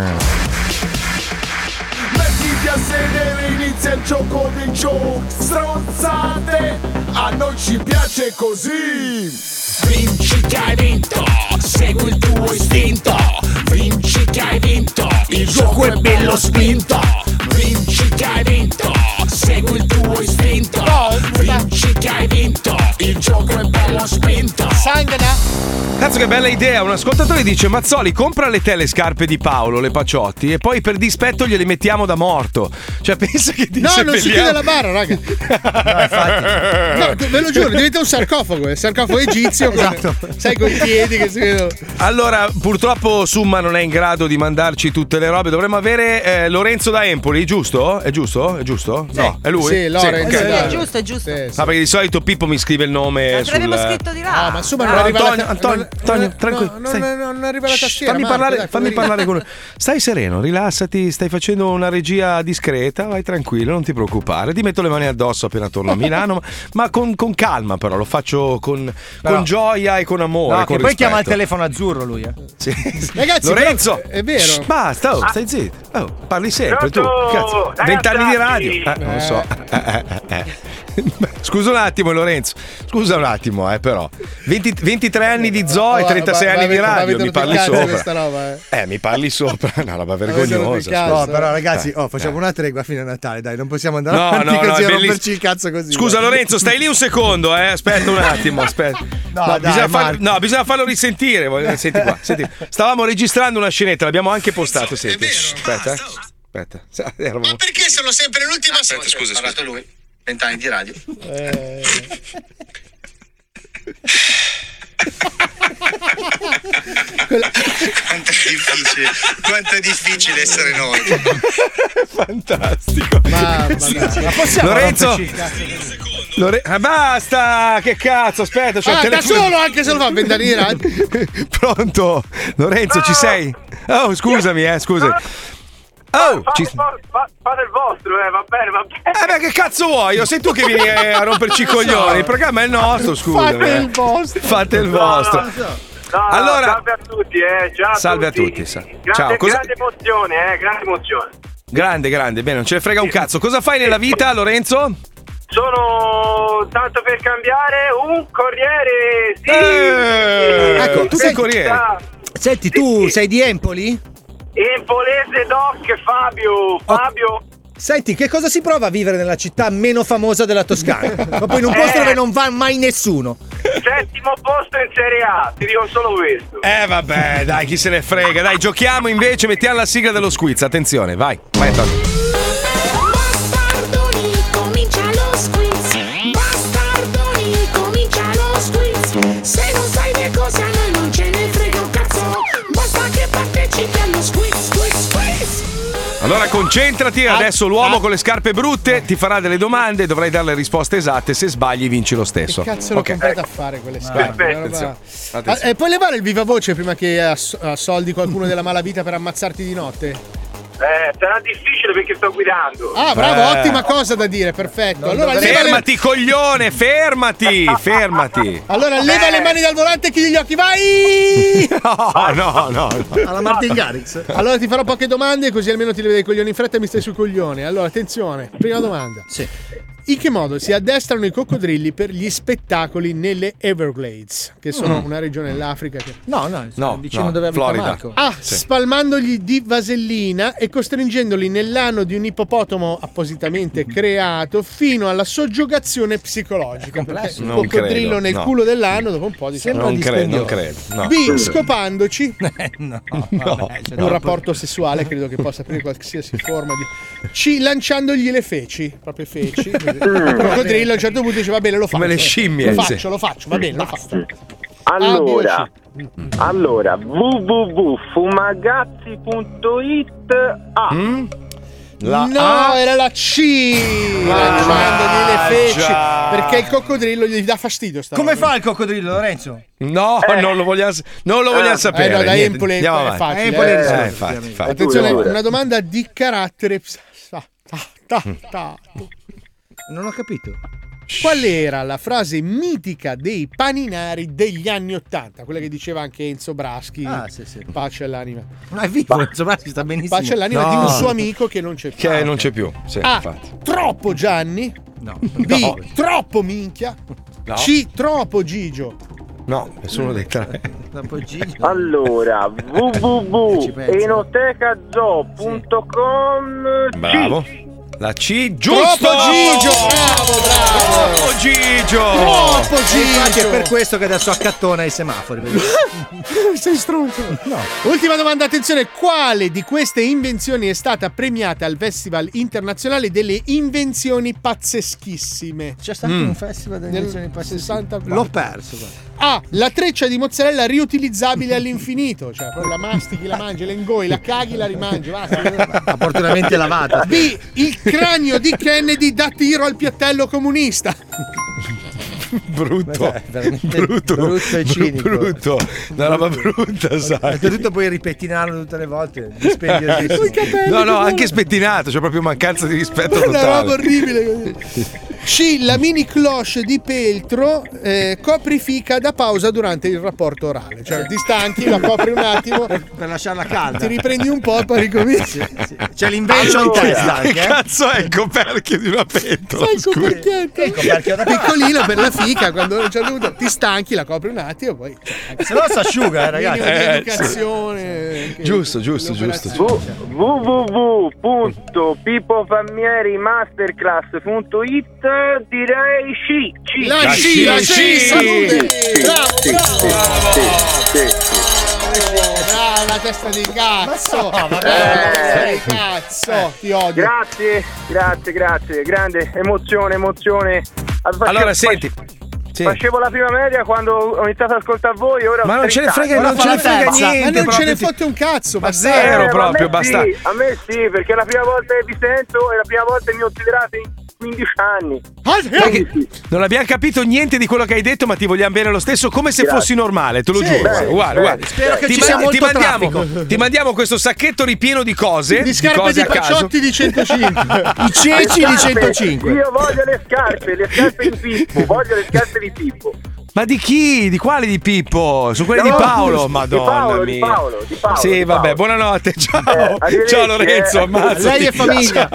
Mettiti a sedere, inizia il gioco dei giochi. Stronzate, a noi ci piace così. Vinci che hai vinto, segui il tuo istinto. Vinci che hai vinto, il gioco è bello spinto. Vinci che hai vinto, segui il tuo istinto. Vinci che hai vinto, il gioco è bello spinto. Sangana. Cazzo, che bella idea! Un ascoltatore dice: Mazzoli, compra le scarpe di Paolo, le Paciotti, e poi per dispetto gliele mettiamo da morto. Cioè, pensa che ti No, non si chiude la barra, raga. No, ve lo giuro, diventa un sarcofago, il sarcofago egizio. Esatto. Sai, con i piedi che si vedono. Allora, purtroppo Summa non è in grado di mandarci tutte le robe. Dovremmo avere Lorenzo da Empoli, giusto? È giusto? Sì. No, è lui? Sì, Lorenzo. Okay. È giusto. Sì. Ah, perché di solito Pippo mi scrive il nome Te l'abbiamo scritto di là. Ma Summa non arriva Antonio, tranquillo. Non arriva la tastiera. Fammi parlare con lui. Stai sereno, rilassati, stai facendo una regia discreta, vai tranquillo, non ti preoccupare. Ti metto le mani addosso appena torno a Milano, ma con calma, però lo faccio con gioia e con amore. No, con che poi rispetto. chiama il telefono azzurro lui. Sì. Ragazzi, Lorenzo, è vero. Basta, stai zitto. Parli sempre tu. Cazzo, 20 anni di radio. Non lo so. Scusa un attimo, Lorenzo. Scusa un attimo, però. 23 anni di zoo e 36 anni di radio. Mi parli sopra. Roba, mi parli sopra. Una roba vergognosa. No, però, ragazzi, facciamo una tregua fino a Natale. Dai, non possiamo andare avanti così a romperci il cazzo così. Scusa, Lorenzo, stai lì un secondo, Aspetta un attimo. Aspetta. Bisogna farlo risentire. Senti qua. Stavamo registrando una scenetta, l'abbiamo anche postato. Senti. Aspetta. Ma perché sono sempre l'ultima? Aspetta, scusa. Ha parlato lui. 20 anni di radio. Quanto è difficile essere noi. Fantastico. Ma possiamo Lorenzo, basta, che cazzo, aspetta, da solo anche se lo fa 20 anni di radio. Pronto? Lorenzo, ci sei? Oh, scusami, scusami. Fate il vostro, va bene. Ma che cazzo vuoi? Sei tu che vieni a romperci i coglioni. Il programma è il nostro, scusa. Fate il vostro. No, allora, salve a tutti, ciao. Salve a tutti. Ciao. Grande emozione, grande emozione. Grande, bene, non ce ne frega un cazzo. Cosa fai nella vita, Lorenzo? Sono, tanto per cambiare, un corriere. Sì. Ecco, tu sei corriere. Senti, tu sei di Empoli? Empolese Doc, Fabio. Senti, che cosa si prova a vivere nella città meno famosa della Toscana? Proprio in un posto dove non va mai nessuno. 7° posto in Serie A, ti dico solo questo. Vabbè, dai, chi se ne frega. Dai, giochiamo invece, mettiamo la sigla dello squiz. Attenzione, vai Antonio. Bastardoni, comincia lo squiz. Bastardoni, comincia lo squiz. Se non sai le cose a noi non ce ne frega un cazzo. Basta che partecipi allo squiz. Allora concentrati, adesso l'uomo con le scarpe brutte ti farà delle domande, dovrai dare le risposte esatte, se sbagli vinci lo stesso. Che cazzo l'ho comprata a fare quelle scarpe? Puoi levare il viva voce prima che assoldi qualcuno della malavita per ammazzarti di notte? Sarà difficile perché sto guidando. Ah, bravo, ottima cosa da dire, perfetto. Allora, fermati, coglione, fermati. Allora, leva le mani dal volante e chiudi gli occhi, vai! No. Alla Martin Garrix. Allora ti farò poche domande, così almeno ti levi dai coglioni in fretta e mi stai sul coglione. Allora, attenzione, prima domanda. Sì. In che modo si addestrano i coccodrilli per gli spettacoli nelle Everglades, che sono una regione dell'Africa che... No, vicino dove abita Florida. Marco. Spalmandogli di vasellina e costringendoli nell'ano di un ippopotamo appositamente creato fino alla soggiogazione psicologica. Perché il coccodrillo nel culo dell'ano dopo un po' di non credo. No. B. Scopandoci. Un rapporto sessuale, credo che possa aprire qualsiasi forma di... C. Lanciandogli le feci, proprio feci. Il coccodrillo a un certo punto dice va bene, lo faccio. Come le scimmie. Lo faccio, va bene, lo faccio. Allora, www.fumagazzi.it. Era la C. Lanciandogli le feci. Perché il coccodrillo gli dà fastidio. Come fa il coccodrillo, Lorenzo? No, non lo vogliamo sapere. No, da Empoli è facile. Attenzione, una domanda di carattere. Non ho capito. Qual era la frase mitica dei paninari degli anni '80? Quella che diceva anche Enzo Braschi. Sì. Pace all'anima. Ma è vivo, Enzo Braschi sta benissimo. Pace all'anima di un suo amico che non c'è più. Che non c'è più. Sì, troppo Gianni. No. B. Troppo minchia. No. C. Troppo Gigio. No, nessuno dei tre. Allora, www.enotecazoo.com. Bravo. La C, giusto! Troppo Gigio! Bravo! Troppo Gigio! Infatti è per questo che adesso accattona i semafori. Sei stronzo! No. Ultima domanda, attenzione: quale di queste invenzioni è stata premiata al Festival Internazionale delle Invenzioni Pazzeschissime? C'è stato un festival delle invenzioni pazzeschissime? L'ho perso. A. La treccia di mozzarella riutilizzabile all'infinito, cioè proprio la mastichi, la mangi, la ingoi, la caghi, la rimangi, basta. Opportunamente lavata. B. Il cranio di Kennedy da tiro al piattello comunista. Brutto e cinico. Una roba brutta, sai. Tutto puoi ripettinarlo tutte le volte. No, anche spettinato, c'è proprio mancanza di rispetto totale. Una roba orribile. C. La mini cloche di peltro coprifica da pausa durante il rapporto orale. Cioè ti stanchi, la copri un attimo per lasciarla calda. Ti riprendi un po' e poi ricominci. C'è l'invention in testa anche. Che cazzo è il coperchio di una pentola? Il coperchio piccolino per la fica, quando a un certo punto ti stanchi, la copri un attimo, poi se no si asciuga, ragazzi. Educazione. Giusto. www.pippofammierimasterclass.it. direi C. La C. Salute. Bravo, la testa di cazzo. Cazzo, ti odio. Grazie. Grande emozione. Allora, senti. Facevo la prima media quando ho iniziato ad ascoltare voi. Ora ma non ce ne frega niente. Ma non ce ne fotte un cazzo. Ma zero proprio, basta. A me sì, perché è la prima volta che vi sento e la prima volta che mi considerate in 15 anni. Non abbiamo capito niente di quello che hai detto, ma ti vogliamo bene lo stesso, come se fossi normale, te lo giuro. Guarda. Spero che ci sia molto traffico. Ti mandiamo questo sacchetto ripieno di cose. Di scarpe di Paciotti di 105. I ceci di 105. Io voglio le scarpe di Pippo. Voglio le scarpe di Pippo. Ma di chi? Di quale di Pippo? Su quelle di Paolo? Madonna mia. Di Paolo. Sì, vabbè, buonanotte. Ciao Lorenzo, ammazza. Lei è famiglia.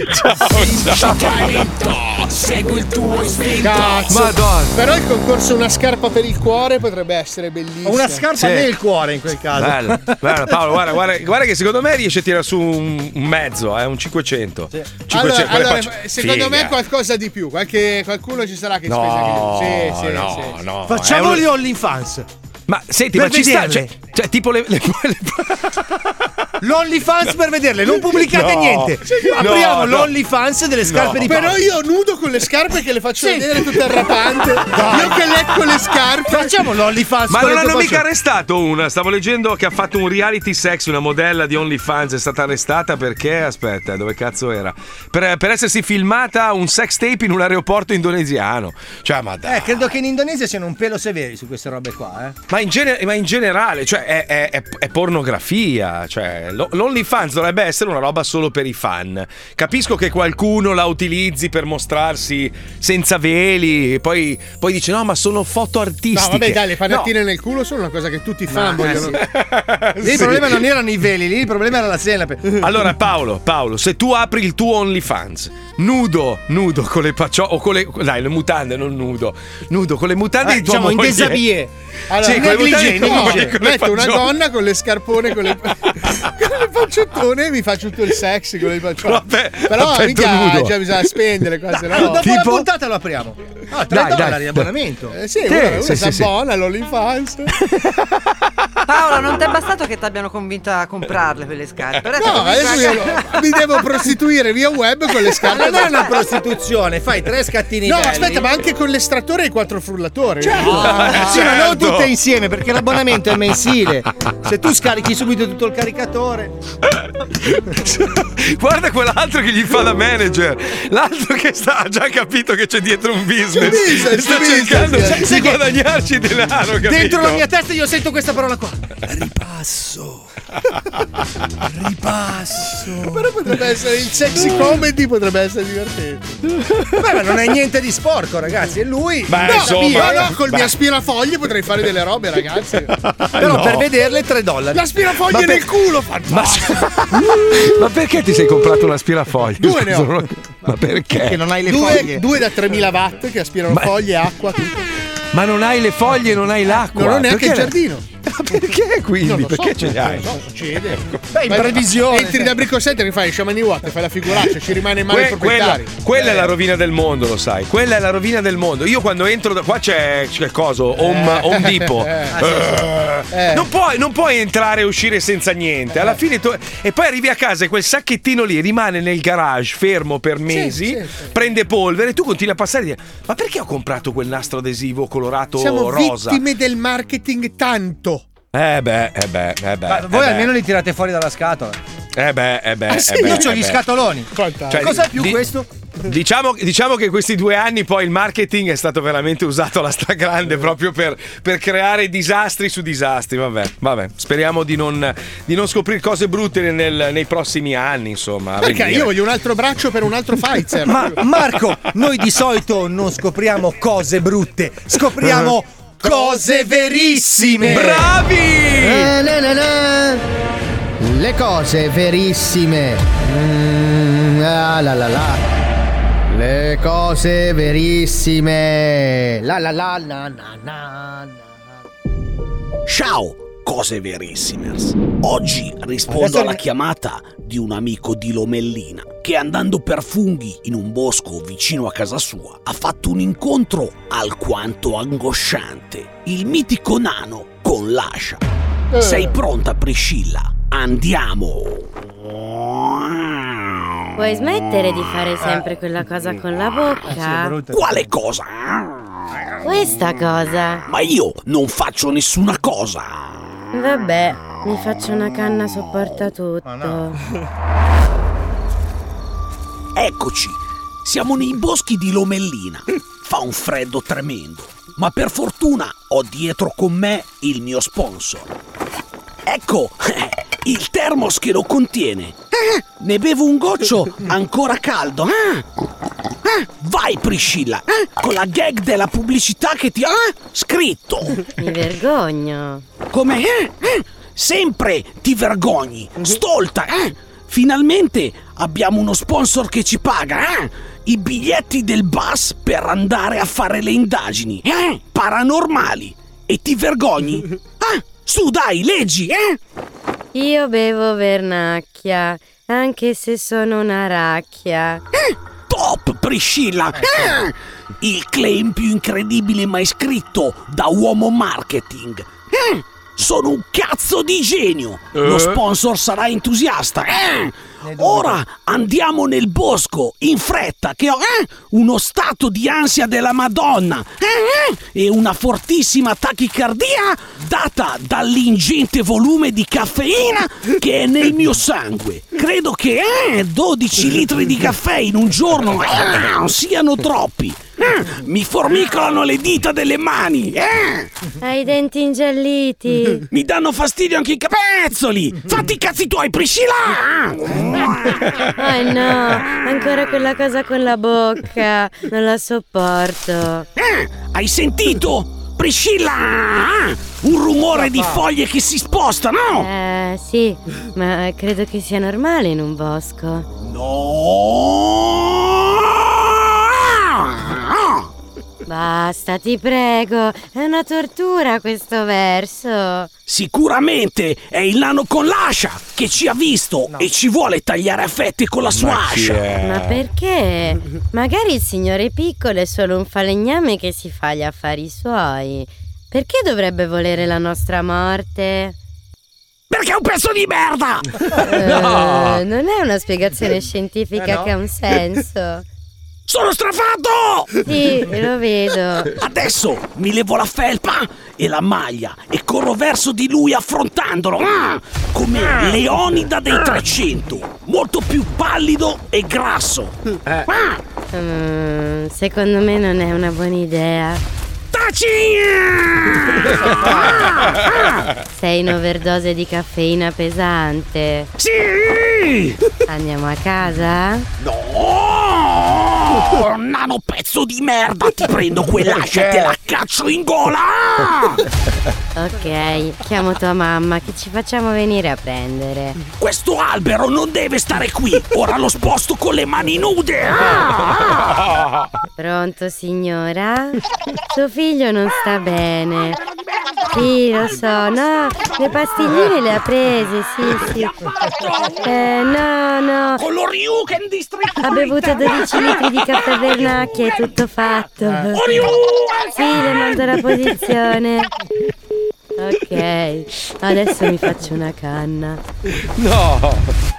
Ciao. Segui il tuo istinto. Cazzo. Madonna. Però il concorso Una scarpa per il cuore potrebbe essere bellissimo. Una scarpa nel cuore in quel caso. Bello. Paolo, guarda che secondo me riesce a tirare su un mezzo, un 500. Sì. Allora, secondo me qualcosa di più. Qualcuno ci sarà che spesa anche di più. Sì. No, facciamo gli OnlyFans. Ma senti, ma ci sta, cioè tipo le l'OnlyFans per vederle, non pubblicate niente. Apriamo l'OnlyFans delle scarpe di Paolo. Però io nudo con le scarpe che le faccio vedere tutte arrapante. Io che lecco le scarpe. Facciamo l'OnlyFans. Ma non hanno mica arrestato una. Stavo leggendo che ha fatto un reality sex, una modella di OnlyFans è stata arrestata perché, aspetta, dove cazzo era? Per essersi filmata un sex tape in un aeroporto indonesiano. Cioè, ma dai. Credo che in Indonesia siano un pelo severi su queste robe qua, Ma in generale, cioè è pornografia, cioè l'OnlyFans dovrebbe essere una roba solo per i fan. Capisco che qualcuno la utilizzi per mostrarsi senza veli, poi dice no, ma sono foto artistiche. No, vabbè, dai, le panettine nel culo sono una cosa che tutti i fan vogliono. Lì il problema non erano i veli, lì il problema era la senape. Allora Paolo, se tu apri il tuo OnlyFans nudo con le o con le mutande, non nudo con le mutande di tua diciamo moglie. in desabie. Allora, sì, metto una donna con le scarpone, con le paccettone e mi faccio tutto il sex con le paccettone. Però mica bisogna spendere cose, no? Dopo la puntata lo apriamo. No, $3 di abbonamento. Sì, uno si abbona all'OnlyFans. Paolo, non ti è bastato che ti abbiano convinta a comprarle quelle scarpe? No, adesso io mi devo prostituire via web con le scarpe. Non è una prostituzione, fai 3 scattini. No, belli. aspetta, ma anche con l'estrattore e i 4 frullatori. Certo. Sì, ma non tutte insieme, perché l'abbonamento è mensile. Se tu scarichi subito tutto il caricatore. Guarda quell'altro che gli fa da manager. L'altro che ha già capito che c'è dietro un business. Sta cercando di guadagnarci denaro, capito? Dentro la mia testa io sento questa parola qua. Ripasso. Però potrebbe essere il sexy comedy, potrebbe essere divertente. Beh, ma non è niente di sporco, ragazzi. E lui. No, col mio aspirafogli potrei fare delle robe, ragazzi. Però per vederle $3. L'aspirafogli nel culo, fantastico. Ma perché ti sei comprato un aspirafogli? 2 ne ho. Ma perché? Perché non hai le foglie. 2 da 3000 watt che aspirano foglie, acqua, tutto. Ma non hai le foglie e non hai l'acqua. Non ho neanche il giardino. Perché quindi? Perché ce li hai? No, succede. Beh, in previsione. Entri da Brico Center che fai Shamani Watt, fai la figuraccia, ci rimane in mano il proprietario. Quella è la rovina del mondo, lo sai. Quella è la rovina del mondo. Io quando entro da qua c'è coso, Home Depot. Non puoi entrare e uscire senza niente. Alla fine e poi arrivi a casa e quel sacchettino lì rimane nel garage fermo per mesi, prende polvere e tu continui a passare e dire: ma perché ho comprato quel nastro adesivo colorato Siamo rosa? Siamo vittime del marketing tanto. Voi almeno li tirate fuori dalla scatola. Io c'ho gli scatoloni. Cioè, cosa più questo? Diciamo che questi 2 anni poi il marketing è stato veramente usato alla stragrande proprio per creare disastri su disastri. Vabbè, speriamo di non scoprire cose brutte nei prossimi anni, insomma. Perché io voglio un altro braccio per un altro Pfizer. Ma Marco, noi di solito non scopriamo cose brutte, scopriamo cose verissime. Bravi! Le cose verissime. Le cose verissime. Ciao, cose verissimers. Oggi rispondo alla chiamata di un amico di Lomellina che, andando per funghi in un bosco vicino a casa sua, ha fatto un incontro alquanto angosciante. Il mitico nano con l'ascia. Sei pronta, Priscilla? Andiamo! Puoi smettere di fare sempre quella cosa con la bocca? Quale cosa? Questa cosa. Ma io non faccio nessuna cosa. Vabbè, mi faccio una canna sopporta tutto. Eccoci, siamo nei boschi di Lomellina. Fa un freddo tremendo, ma per fortuna ho dietro con me il mio sponsor. Ecco, il termos che lo contiene. Ne bevo un goccio ancora caldo. Vai, Priscilla, con la gag della pubblicità che ti ha scritto. Mi vergogno. Come? Sempre ti vergogni, stolta. Finalmente abbiamo uno sponsor che ci paga. I biglietti del bus per andare a fare le indagini paranormali. E ti vergogni? Su, dai, leggi, Io bevo vernacchia, anche se sono una racchia. Top, Priscilla! Il claim più incredibile mai scritto da uomo marketing. sono un cazzo di genio. Lo sponsor sarà entusiasta. Ora andiamo nel bosco in fretta che ho uno stato di ansia della Madonna e una fortissima tachicardia data dall'ingente volume di caffeina che è nel mio sangue. Credo che 12 litri di caffè in un giorno siano troppi. Mi formicolano le dita delle mani. Hai i denti ingialliti. Mi danno fastidio anche i capezzoli. Fatti i cazzi tuoi, Priscilla. Oh no, ancora quella cosa con la bocca. Non la sopporto. Hai sentito? Priscilla! Un rumore di foglie che si spostano. Sì, ma credo che sia normale in un bosco. No! Basta, ti prego, è una tortura questo verso. Sicuramente è il nano con l'ascia che ci ha visto e ci vuole tagliare a fette con la sua ascia. Ma perché? Magari il signore piccolo è solo un falegname che si fa gli affari suoi. Perché dovrebbe volere la nostra morte? Perché è un pezzo di merda! No. Non è una spiegazione scientifica che ha un senso. Sono strafatto! Sì, lo vedo. Adesso mi levo la felpa e la maglia e corro verso di lui affrontandolo come Leonida dei 300, molto più pallido e grasso. Secondo me non è una buona idea. Sei in overdose di caffeina pesante. Sì! Andiamo a casa? No! Nano pezzo di merda, ti prendo quell'ascia e te la caccio in gola! Ok, chiamo tua mamma che ci facciamo venire a prendere. Questo albero non deve stare qui, ora lo sposto con le mani nude! Pronto signora? Suo figlio non sta bene. Sì, lo so, no, le pastigline le ha prese, sì. No. Con lo Ryuken District! Ha bevuto 12 litri di caffè Vernacchia, è tutto fatto. Sì, le mando la posizione. Ok, adesso mi faccio una canna. No!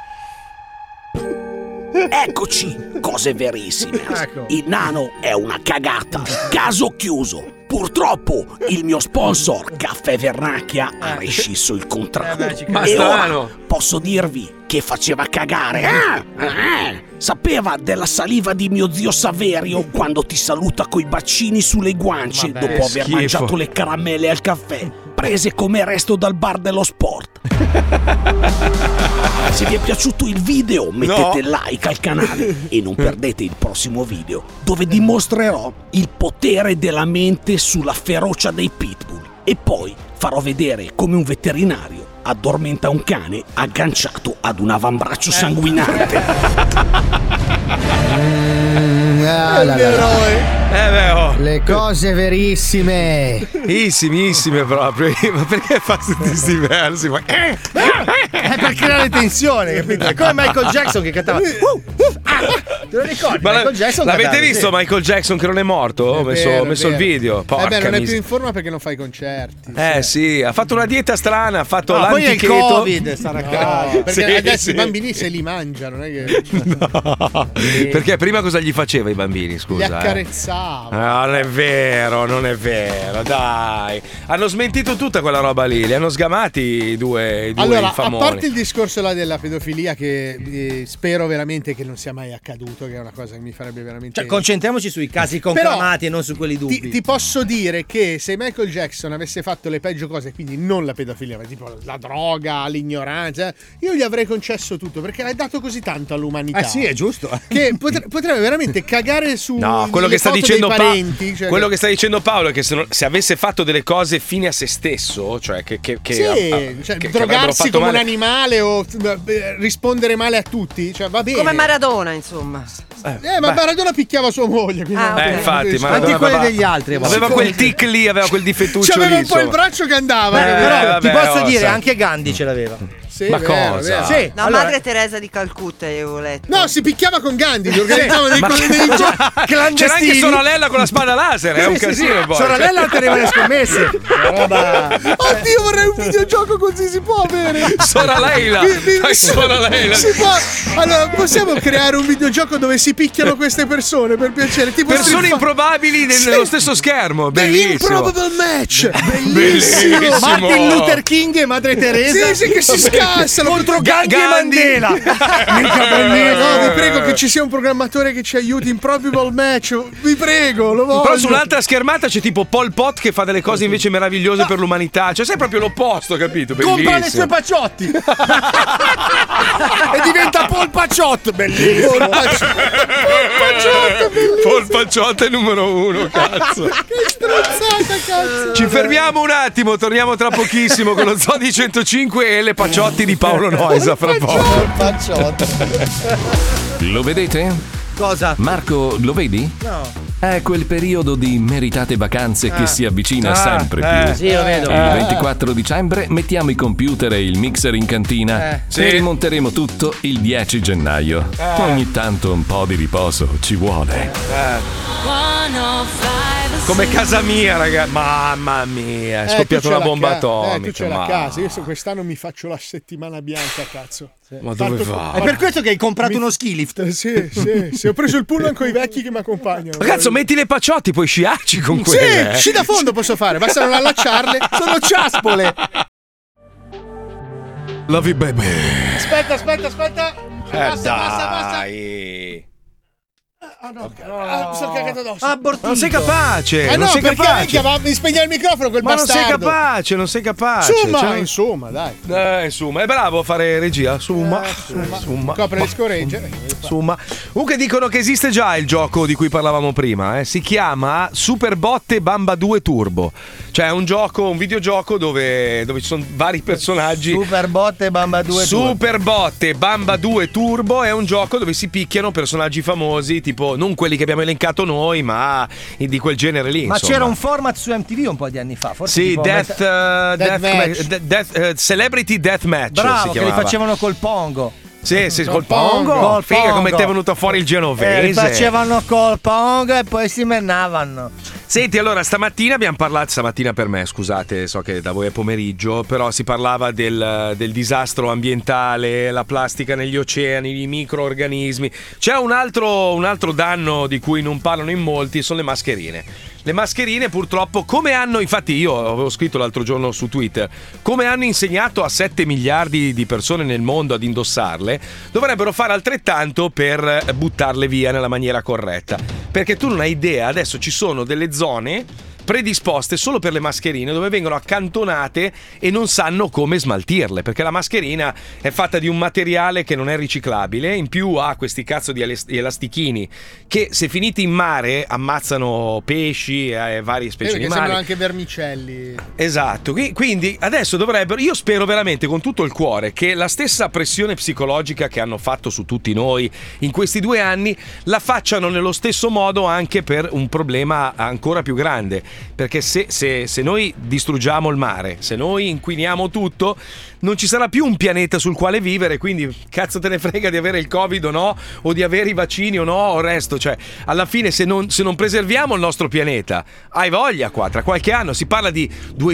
Eccoci, cose verissime. Il nano è una cagata. Caso chiuso. Purtroppo il mio sponsor Caffè Vernacchia ha rescisso il contratto. E ora posso dirvi che faceva cagare. Sapeva della saliva di mio zio Saverio quando ti saluta coi bacini sulle guance dopo aver mangiato le caramelle al caffè, prese come resto dal bar dello sport. Se vi è piaciuto il video mettete like al canale e non perdete il prossimo video dove dimostrerò il potere della mente sulla ferocia dei pitbull e poi farò vedere come un veterinario addormenta un cane agganciato ad un avambraccio sanguinante. Le cose verissime. Issimissime proprio. Ma perché fa tutti questi versi? È per creare tensione, capito? È come Michael Jackson che cantava. Te lo ricordi? Michael Jackson l'avete visto Michael Jackson che non è morto? Ho messo il video. Vabbè, non è più in forma perché non fa i concerti. Sì, ha fatto una dieta strana, ha fatto poi è il Covid, sarà no, perché adesso i bambini se li mangiano, non è che... No. Perché prima cosa gli faceva i bambini, scusa? Li accarezzava. Non è vero, dai. Hanno smentito tutta quella roba lì, li hanno sgamati i due allora, famoni. A parte il discorso là della pedofilia che spero veramente che non sia mai accaduto, che è una cosa che mi farebbe veramente... Cioè, concentriamoci sui casi conclamati e non su quelli dubbi. Ti posso dire che se Michael Jackson avesse fatto le peggio cose, quindi non la pedofilia, ma tipo la droga, l'ignoranza, io gli avrei concesso tutto perché l'hai dato così tanto all'umanità. Sì, è giusto. Che potrebbe veramente cagare su quello che sta dicendo parenti, quello che sta dicendo Paolo è che se avesse fatto delle cose fine a se stesso, cioè che drogarsi come un animale o rispondere male a tutti, cioè va bene. Come Maradona, insomma. Ma Maradona picchiava sua moglie. Infatti, anche quelli degli altri. Aveva quel tic lì, aveva quel difettuccio lì. C'aveva un po' il braccio che andava. Però ti posso dire, anche Gandhi ce l'aveva. Sì, Ma vero, cosa? vero. Sì, No, allora- Madre Teresa di Calcutta, io avevo letto. No, si picchiava con Gandhi, gli organizzavano dei clandestini. C'era anche Soralella con la spada laser, è un casino poi. Soralella teneva le scommesse. Oddio, vorrei un videogioco così, si può avere. Soraleila. Soraleila. Si può. Allora, possiamo creare un videogioco dove si picchiano queste persone, per piacere, tipo Persone improbabili nello stesso schermo, bellissimo. Improbable match. Bellissimo. Martin Luther King e Madre Teresa. Sì, che si scassano contro Gandhi e Mandela. Mica bellissimo. No, vi prego che ci sia un programmatore che ci aiuti. Improbable match, vi prego, lo voglio. Però sull'altra schermata c'è tipo Pol Pot che fa delle cose invece meravigliose per l'umanità. Cioè, sei proprio l'opposto, capito? Bellissimo. Compra le sue pacciotti e diventa Pol Pacciotto. Bellissimo. Pol Pacciotto è numero 1, cazzo. Che strozzata, cazzo. Ci fermiamo un attimo, torniamo tra pochissimo con lo Zodi 105 e le pacciotti di Paolo Noisa fra poco. Lo vedete? Cosa? Marco, lo vedi? No. È quel periodo di meritate vacanze che si avvicina sempre più. Sì, lo vedo. Il 24 dicembre mettiamo i computer e il mixer in cantina e rimonteremo tutto il 10 gennaio. Ogni tanto un po' di riposo ci vuole. Come casa mia, ragazzi. Mamma mia, è scoppiata una bomba atomica. Tu c'è la casa. Io quest'anno mi faccio la settimana bianca, cazzo. Ma dove va? È per questo che hai comprato uno ski lift? Sì, ho preso il pullman con i vecchi che mi accompagnano. Ma cazzo, metti le pacciotti, puoi sciarci con Sì, quelle. sci da fondo posso fare, basta non allacciarle. Sono ciaspole. Love you, baby. Aspetta. Basta. No. Mi sono cagato addosso. Abortito. Non sei capace. No, non sei perché capace. mi spegne il microfono quel Ma bastardo. non sei capace. Insomma, dai. Insomma, è bravo a fare regia. Summa. Copre le scoregge. Summa. Comunque dicono che esiste già il gioco di cui parlavamo prima. Si chiama Superbotte Bamba 2 Turbo. Cioè è un videogioco dove ci sono vari personaggi. Superbotte Bamba 2 Turbo. Superbotte Bamba 2 Turbo è un gioco dove si picchiano personaggi famosi, tipo non quelli che abbiamo elencato noi, ma di quel genere lì. Ma insomma. C'era un format su MTV un po' di anni fa, forse. Sì, Celebrity Deathmatch. Bravo, si che li facevano col Pongo. Sì, col Pongo. Figa, come ti è venuto fuori il genovese. Li facevano col Pongo e poi si menavano. Senti, allora stamattina abbiamo parlato, stamattina per me, scusate, so che da voi è pomeriggio, però si parlava del disastro ambientale, la plastica negli oceani, i microorganismi. C'è un altro danno di cui non parlano in molti, sono le mascherine. Le mascherine purtroppo, infatti io avevo scritto l'altro giorno su Twitter, come hanno insegnato a 7 miliardi di persone nel mondo ad indossarle, dovrebbero fare altrettanto per buttarle via nella maniera corretta. Perché tu non hai idea, adesso ci sono delle zone predisposte solo per le mascherine dove vengono accantonate e non sanno come smaltirle, perché la mascherina è fatta di un materiale che non è riciclabile, in più ha questi cazzo di elastichini che se finiti in mare ammazzano pesci e varie specie animali. Sembrano anche vermicelli. Esatto, quindi adesso dovrebbero, io spero veramente con tutto il cuore che la stessa pressione psicologica che hanno fatto su tutti noi in questi 2 anni la facciano nello stesso modo anche per un problema ancora più grande. Perché se noi distruggiamo il mare, se noi inquiniamo tutto, non ci sarà più un pianeta sul quale vivere, quindi cazzo te ne frega di avere il Covid o no, o di avere i vaccini o no, o il resto. Cioè, alla fine se non preserviamo il nostro pianeta, hai voglia qua, tra qualche anno si parla di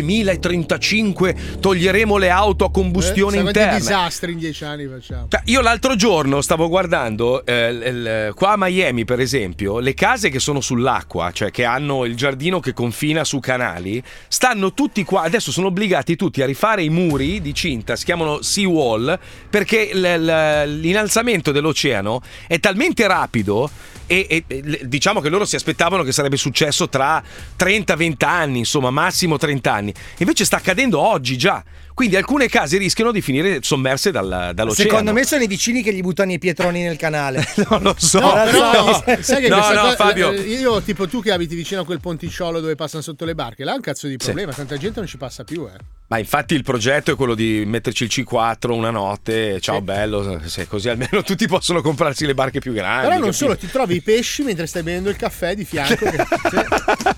2035, toglieremo le auto a combustione interna. Quanti disastri in 10 anni facciamo? Io l'altro giorno stavo guardando qua a Miami, per esempio, le case che sono sull'acqua, cioè che hanno il giardino che confina su canali, stanno tutti qua, adesso sono obbligati tutti a rifare i muri di cinta, si chiamano sea wall, perché l'innalzamento dell'oceano è talmente rapido e diciamo che loro si aspettavano che sarebbe successo tra 30-20 anni, insomma massimo 30 anni, invece sta accadendo oggi già. Quindi alcune case rischiano di finire sommerse dall'oceano. Secondo me sono i vicini che gli buttano i pietroni nel canale. Non lo so. Sai che cosa, Fabio. Io tipo tu che abiti vicino a quel ponticciolo dove passano sotto le barche, là è un cazzo di problema, tanta gente non ci passa più. Ma infatti il progetto è quello di metterci il C4 una notte, ciao bello, se così almeno tutti possono comprarsi le barche più grandi. Però non solo, ti trovi i pesci mentre stai bevendo il caffè di fianco.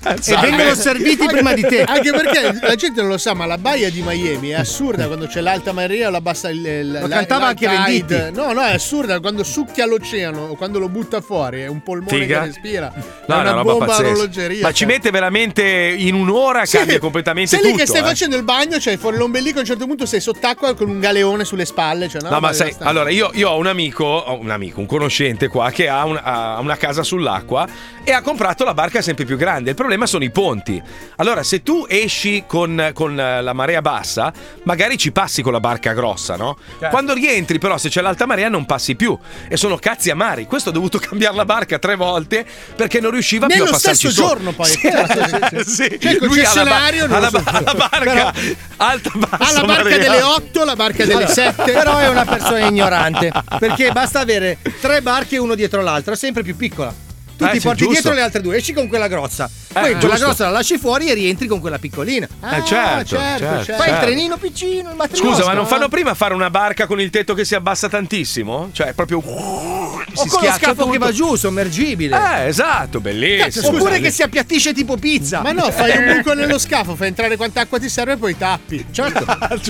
E vengono serviti prima di te. Anche perché la gente non lo sa, ma la baia di Miami è assurda quando c'è l'alta marea o la bassa. Lo cantava anche Venditti. No, è assurda quando succhia l'oceano o quando lo butta fuori, è un polmone che respira. No, è una bomba orologeria. Ma ci mette veramente in un'ora, cambia completamente tutto. Sei lì che stai facendo il bagno, c'hai fuori l'ombelico, a un certo punto sei sott'acqua con un galeone sulle spalle. Cioè, no, ma sai, allora io ho un conoscente qua che ha una casa sull'acqua e ha comprato la barca sempre più grande. Il problema sono i ponti. Allora, se tu esci con la marea bassa, magari ci passi con la barca grossa, no? Certo. Quando rientri, però, se c'è l'alta marea, non passi più. E sono cazzi amari. Questo ha dovuto cambiare la barca 3 volte perché non riusciva più a passarci nello stesso giorno, poi. Sì. Cioè, il concessionario ha la barca alta bassa. Ha la barca delle 8, la barca delle 7. Però è una persona ignorante. Perché basta avere 3 barche uno dietro l'altra, sempre più piccola. Tu ti porti dietro le altre 2, esci con quella grossa. Poi quella grossa la lasci fuori e rientri con quella piccolina. Certo. Fai il trenino piccino, il matriosca. Scusa, ma non fanno prima fare una barca con il tetto che si abbassa tantissimo? Cioè, proprio o con lo scafo che va giù, sommergibile. Esatto, bellissimo. Oppure che si appiattisce tipo pizza. Ma no, fai un buco nello scafo, fai entrare quanta acqua ti serve e poi tappi. Certo.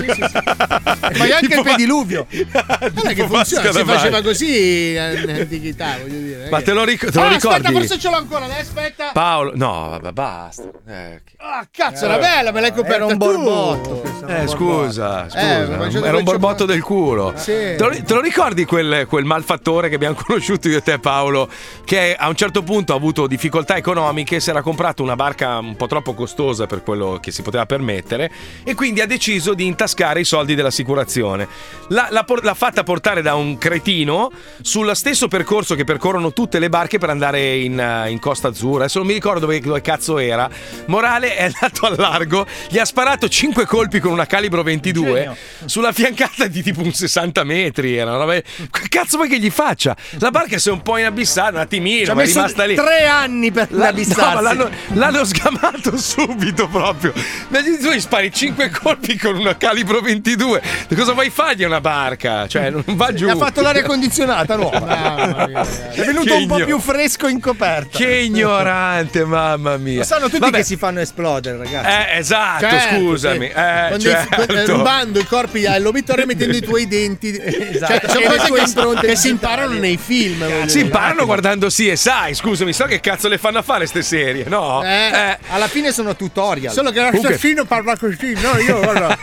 Fai anche il pediluvio. Non è che funziona, si faceva così in antichità, voglio dire. Ma te lo ricordi? Aspetta, forse ce l'ho ancora, aspetta. Paolo, no, vabbè, basta. Cazzo, era bella, me l'hai coperta. Era un borbotto. Scusa. Era un borbotto del culo. Sì. Te lo ricordi quel malfattore che abbiamo conosciuto io e te, Paolo, che a un certo punto ha avuto difficoltà economiche, si era comprato una barca un po' troppo costosa per quello che si poteva permettere e quindi ha deciso di intascare i soldi dell'assicurazione. L'ha fatta portare da un cretino sullo stesso percorso che percorrono tutte le barche per andare in Costa Azzurra. Adesso non mi ricordo dove cazzo era. Morale, è andato al largo, gli ha sparato 5 colpi con una calibro 22 sulla fiancata di tipo un 60 metri. Che cazzo vuoi che gli faccia? La barca si è un po' inabissata, un attimino, ma è rimasta lì 3 anni per inabissarsi. No, l'hanno sgamato subito proprio. Tu gli spari 5 colpi con una calibro 22. Cosa vuoi fargli a una barca? Cioè, non va giù. Ha fatto l'aria condizionata nuova. È venuto un po' più fresco in coperta. Che ignorante, mamma mia. Lo sanno tutti che si fanno esplodere, ragazzi. Esatto, scusami. Rubando i corpi all'obitorio mettendo i tuoi denti. Esatto. Cioè, sono cose che si imparano nei film. Si imparano guardando CSI, scusami, so che cazzo le fanno a fare ste serie, no? Alla fine sono tutorial. Solo che l'assassino parla così, no? Io guarda.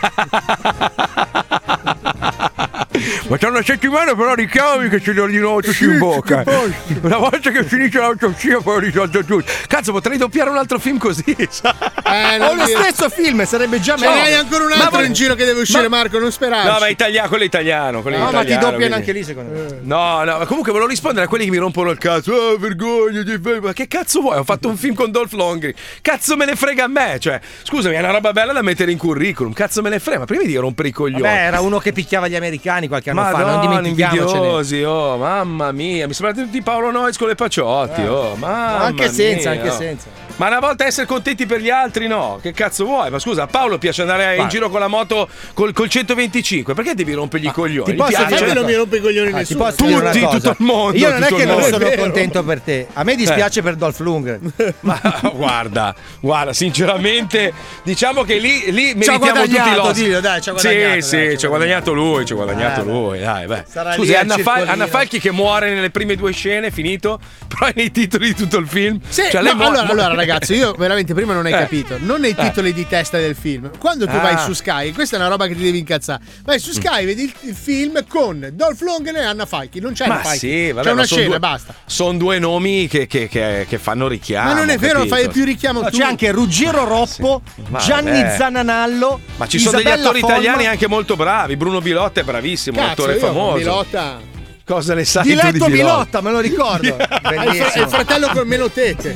Ma c'è una settimana però richiami che ce li ho di nuovo tutti in bocca. Una volta che finisce l'autopsia poi ho risolto tutto. Cazzo, potrei doppiare un altro film così. O lo stesso film, sarebbe già meglio. Ma hai ancora un altro in giro che deve uscire, Marco, non sperarci. No, ma quello è italiano. Ma ti doppiano anche lì, secondo me. No, ma comunque volevo rispondere a quelli che mi rompono il cazzo. Vergogna, ma che cazzo vuoi? Ho fatto un film con Dolph Lundgren. Cazzo me ne frega a me, cioè, scusami, è una roba bella da mettere in curriculum. Cazzo me ne frega, ma prima di rompere i coglioni. Era uno che picchiava gli americani qualche anno fa, non dimentichiamocene. Invidiosi, mamma mia, mi sembrate tutti Paolo Noyes con le paciotti, mamma anche senza, mia. Ma una volta essere contenti per gli altri, no? Che cazzo vuoi? Ma scusa, a Paolo piace andare in giro con la moto col 125, perché devi rompergli i coglioni? Ti posso dire che non mi rompe i coglioni nessuno. Tutti, tutto il mondo. Io non è che non sono contento per te, a me dispiace per Dolph Lundgren. Ma guarda, sinceramente, diciamo che lì meritiamo tutti l'Oscar. Sì, ci ha guadagnato lui, dai, beh. Scusi, Anna Falchi che muore nelle prime 2 scene, finito, però è nei titoli di tutto il film. Sì, allora ragazzi, io veramente prima non hai capito, non nei titoli di testa del film. Quando tu vai su Sky, questa è una roba che ti devi incazzare. Vai su Sky, vedi il film con Dolph Lundgren e Anna Falchi. Non c'è Anna Falchi. Sì, vabbè, c'è una scena, basta. Sono 2 nomi che fanno richiamo. Ma non è vero, capito? fai più richiamo tu. C'è anche Ruggero Roppo, Gianni Zananallo. Ma ci sono degli attori italiani anche molto bravi. Bruno Bilotta è bravissimo, un attore famoso. Bilotta. Cosa ne sai Diletto tu di Bilotta, me lo ricordo. È il fratello con meno tette.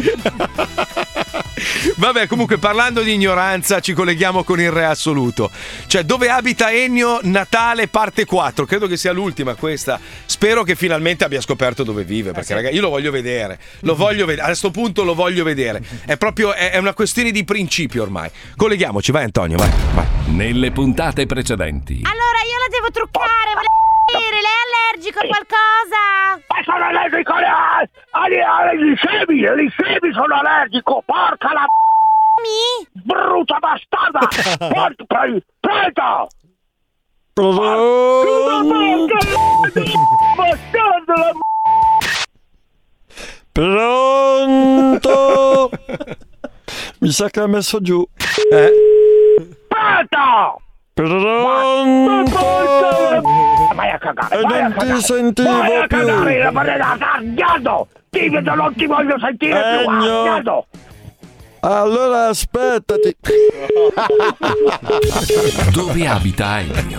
Vabbè, comunque parlando di ignoranza ci colleghiamo con il re assoluto. Cioè, dove abita Ennio, Natale parte 4. Credo che sia l'ultima questa. Spero che finalmente abbia scoperto dove vive, perché ragazzi, io lo voglio vedere. A questo punto lo voglio vedere. È proprio è una questione di principio ormai. Colleghiamoci, vai Antonio, vai. Nelle puntate precedenti. Allora io la devo truccare, piacere, lei è allergico a qualcosa? Ma sono allergico agli semi sono allergico, porca la brutta bastarda! Prego! Pronto? Mi sa che ha messo giù. Pronto! Pronto? Vai a cagare, non ti sentivo vai a più. cagare, arrabbiato! Non ti voglio sentire più, arrabbiato! Allora aspettati. Dove abita Ennio?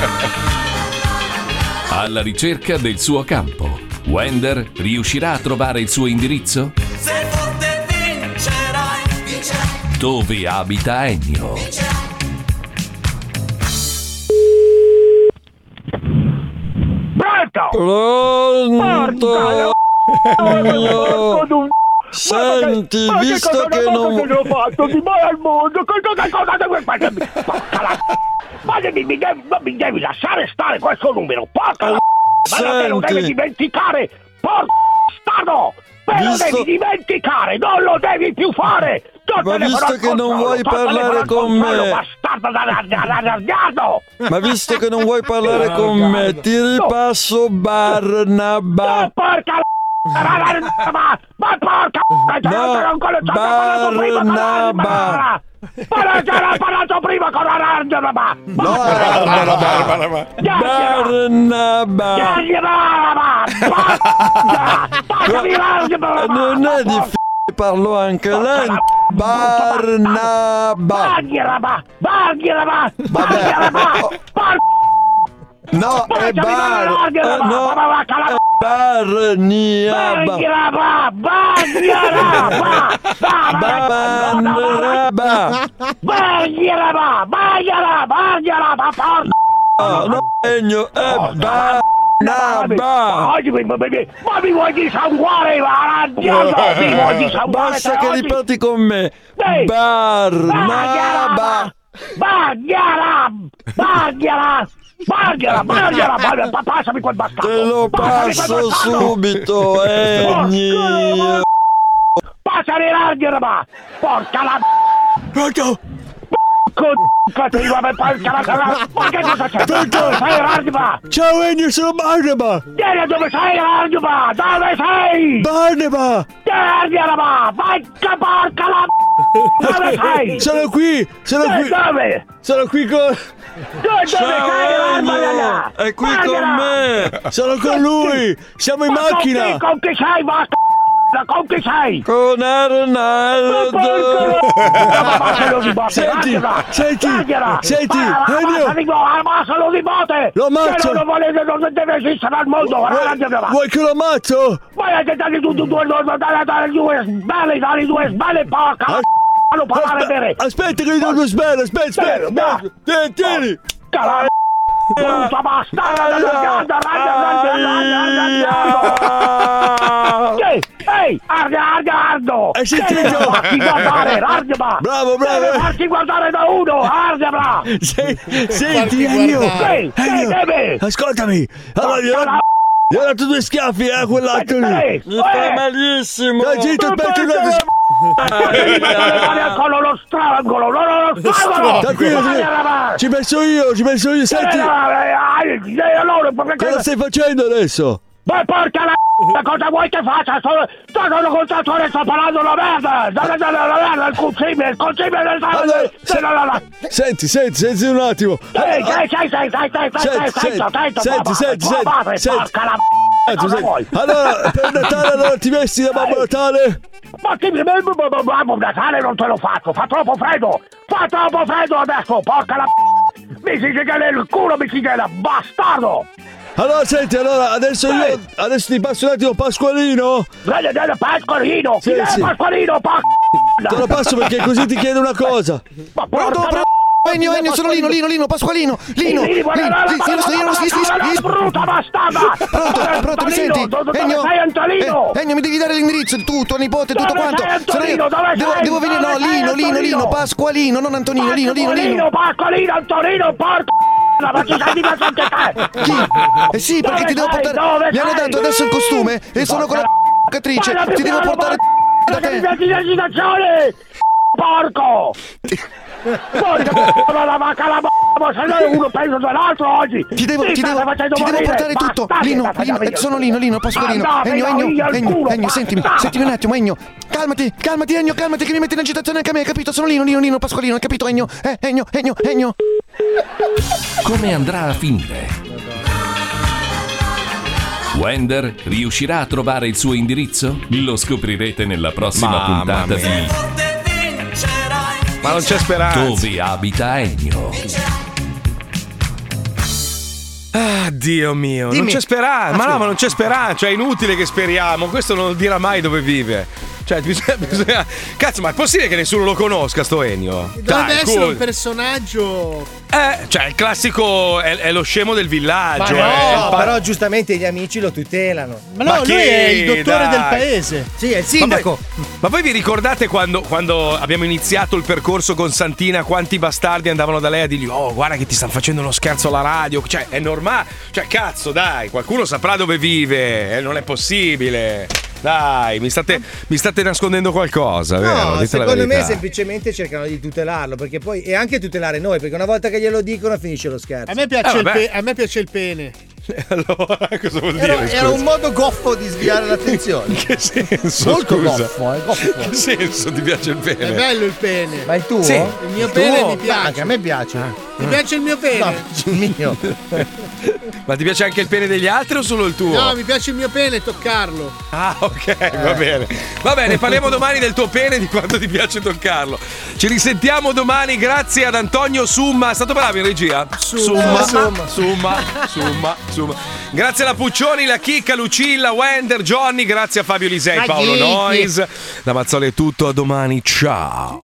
Alla ricerca del suo campo. Wender riuscirà a trovare il suo indirizzo? Se forte vincerai. Dove abita Ennio? Pronto? Senti, visto che non... ho fatto? Ti vai al mondo? Ma non mi devi lasciare stare questo numero, porca ma non te lo devi dimenticare, porca bastardo! Me lo devi dimenticare, non lo devi più fare! Ma visto che non vuoi parlare con me... Bastardo d'arrabbiato! Ma visto che non vuoi parlare con me, ti ripasso Barnaba. Porca ma porca Barnaba. Ma non c'era parlato prima con la Barnaba! Non è difficile, parlo anche lento. Barnaba. No, è Barniaba. No, Ennio, è Barnaba. Ma mi vuoi disanguare, mi vuoi disanguare? Basta che ripeti con me. Barnaba. Passami quel bastardo! Te lo passo subito, Ennio! Passami l'argherba! Porca la... Pronto? Ma che cosa c'è? Dove sei l'argherba? Ciao Ennio, sono Barnaba! Vieni, dove sei l'argherba? Dove sei? Barnaba! L'argherba! Vai, porca la... Dove sei? Sono qui! Dove? Sono qui con... Ciao Ennio! È qui con me! Sono con lui! Siamo in macchina! Con chi sei, basta? Con chi sei? Con Arnaldo! Senti, Ennio! Ammazzalo di botte! Lo ammazzo! Non deve esistere al mondo! Vuoi che lo ammazzo? Vai a dare due sbelle, porca! Non parlare bene! Aspetta che gli do due sbelle, aspetta! Tieni! Brutta bastarda! Ehi! Ardo! Hai sentito? Farti guardare, Argeba! Bravo! Farti guardare da uno, Argeba! Senti, Ennio! Ascoltami! Allora, gli ho dato due schiaffi a quell'altro lì! Mi fa malissimo! Dai, zitto, aspetta un attimo! Lo strangolo! Tranquillo! Ci penso io, senti! Cosa stai facendo adesso? Ma porca la cosa vuoi che faccia? Sono contatore, sto parlando la merda! Il concime del Senti un attimo! Senti! Allora, per Natale ti vesti da Babbo Natale? Ma che Babbo Natale non te lo faccio! Fa troppo freddo adesso! Porca la mi si chiede il culo, mi si chiede bastardo! Allora senti, adesso ti passo un attimo Pasqualino. Pasqualino? Sì. Pasqualino, te lo passo perché così ti chiedo una cosa. Ma Ennio, sono Lino, Pasqualino. Lino, brutta bastarda! Pronto, mi senti? Ennio, sei Antonino? Ennio, mi devi dare l'indirizzo, tu, tuo nipote, tutto quanto. Devo venire, no, Lino, Pasqualino, non Antonino, Lino. Pasqualino, Antonino, porca! ma ci sei diverso anche te! Chi? Eh sì, perché ti devo portare. Mi hanno dato adesso il costume e sono con la catrice. Ti devo portare da te. Porco! La vacca la se noi uno pensa dall'altro oggi! Ti devo portare tutto! Lino, sono Lino, Pasqualino! Ennio, sentimi un attimo, Ennio! Calmati, Ennio, che mi metti in agitazione anche a me, capito? Sono Lino, Pasqualino, capito, Ennio? Ennio! Come andrà a finire? Wender riuscirà a trovare il suo indirizzo? Lo scoprirete nella prossima puntata di Ma non c'è speranza. Dove abita Ennio? Ah, Dio mio, Dimmi. non c'è speranza. Ma non c'è speranza, è inutile che speriamo. Questo non dirà mai dove vive. Cioè, bisogna. Cazzo, ma è possibile che nessuno lo conosca, sto Ennio? Dovrebbe essere un personaggio. Cioè, il classico è lo scemo del villaggio. Ma no, però giustamente gli amici lo tutelano. Ma no, lui è il dottore del paese. Sì, è il sindaco. Ma voi vi ricordate quando abbiamo iniziato il percorso con Santina, quanti bastardi andavano da lei a dirgli: oh, guarda che ti stanno facendo uno scherzo alla radio? Cioè, è normale. Cioè, cazzo, dai, qualcuno saprà dove vive. Non è possibile. Dai, mi state nascondendo qualcosa, vero? No, secondo me semplicemente cercano di tutelarlo, perché poi e anche tutelare noi, perché una volta che glielo dicono finisce lo scherzo. A me piace il pene. Allora, cosa vuol dire? Era un modo goffo di sviare l'attenzione. In che senso? Molto scusa? goffo. In che senso ti piace il pene? È bello il pene. Ma il tuo? Sì. Il mio pene mi piace. Anche a me piace. Ti piace il mio pene? No, il mio. Ma ti piace anche il pene degli altri o solo il tuo? No, mi piace il mio pene, toccarlo. Ah, ok, va bene. Va bene, parliamo domani del tuo pene, di quanto ti piace toccarlo. Ci risentiamo domani, grazie ad Antonio Summa. È stato bravo in regia? Summa. Grazie alla Puccioni, la Chicca, Lucilla, Wender, Johnny, grazie a Fabio Lisei, Paolo Nois. Da Mazzoli è tutto, a domani, ciao.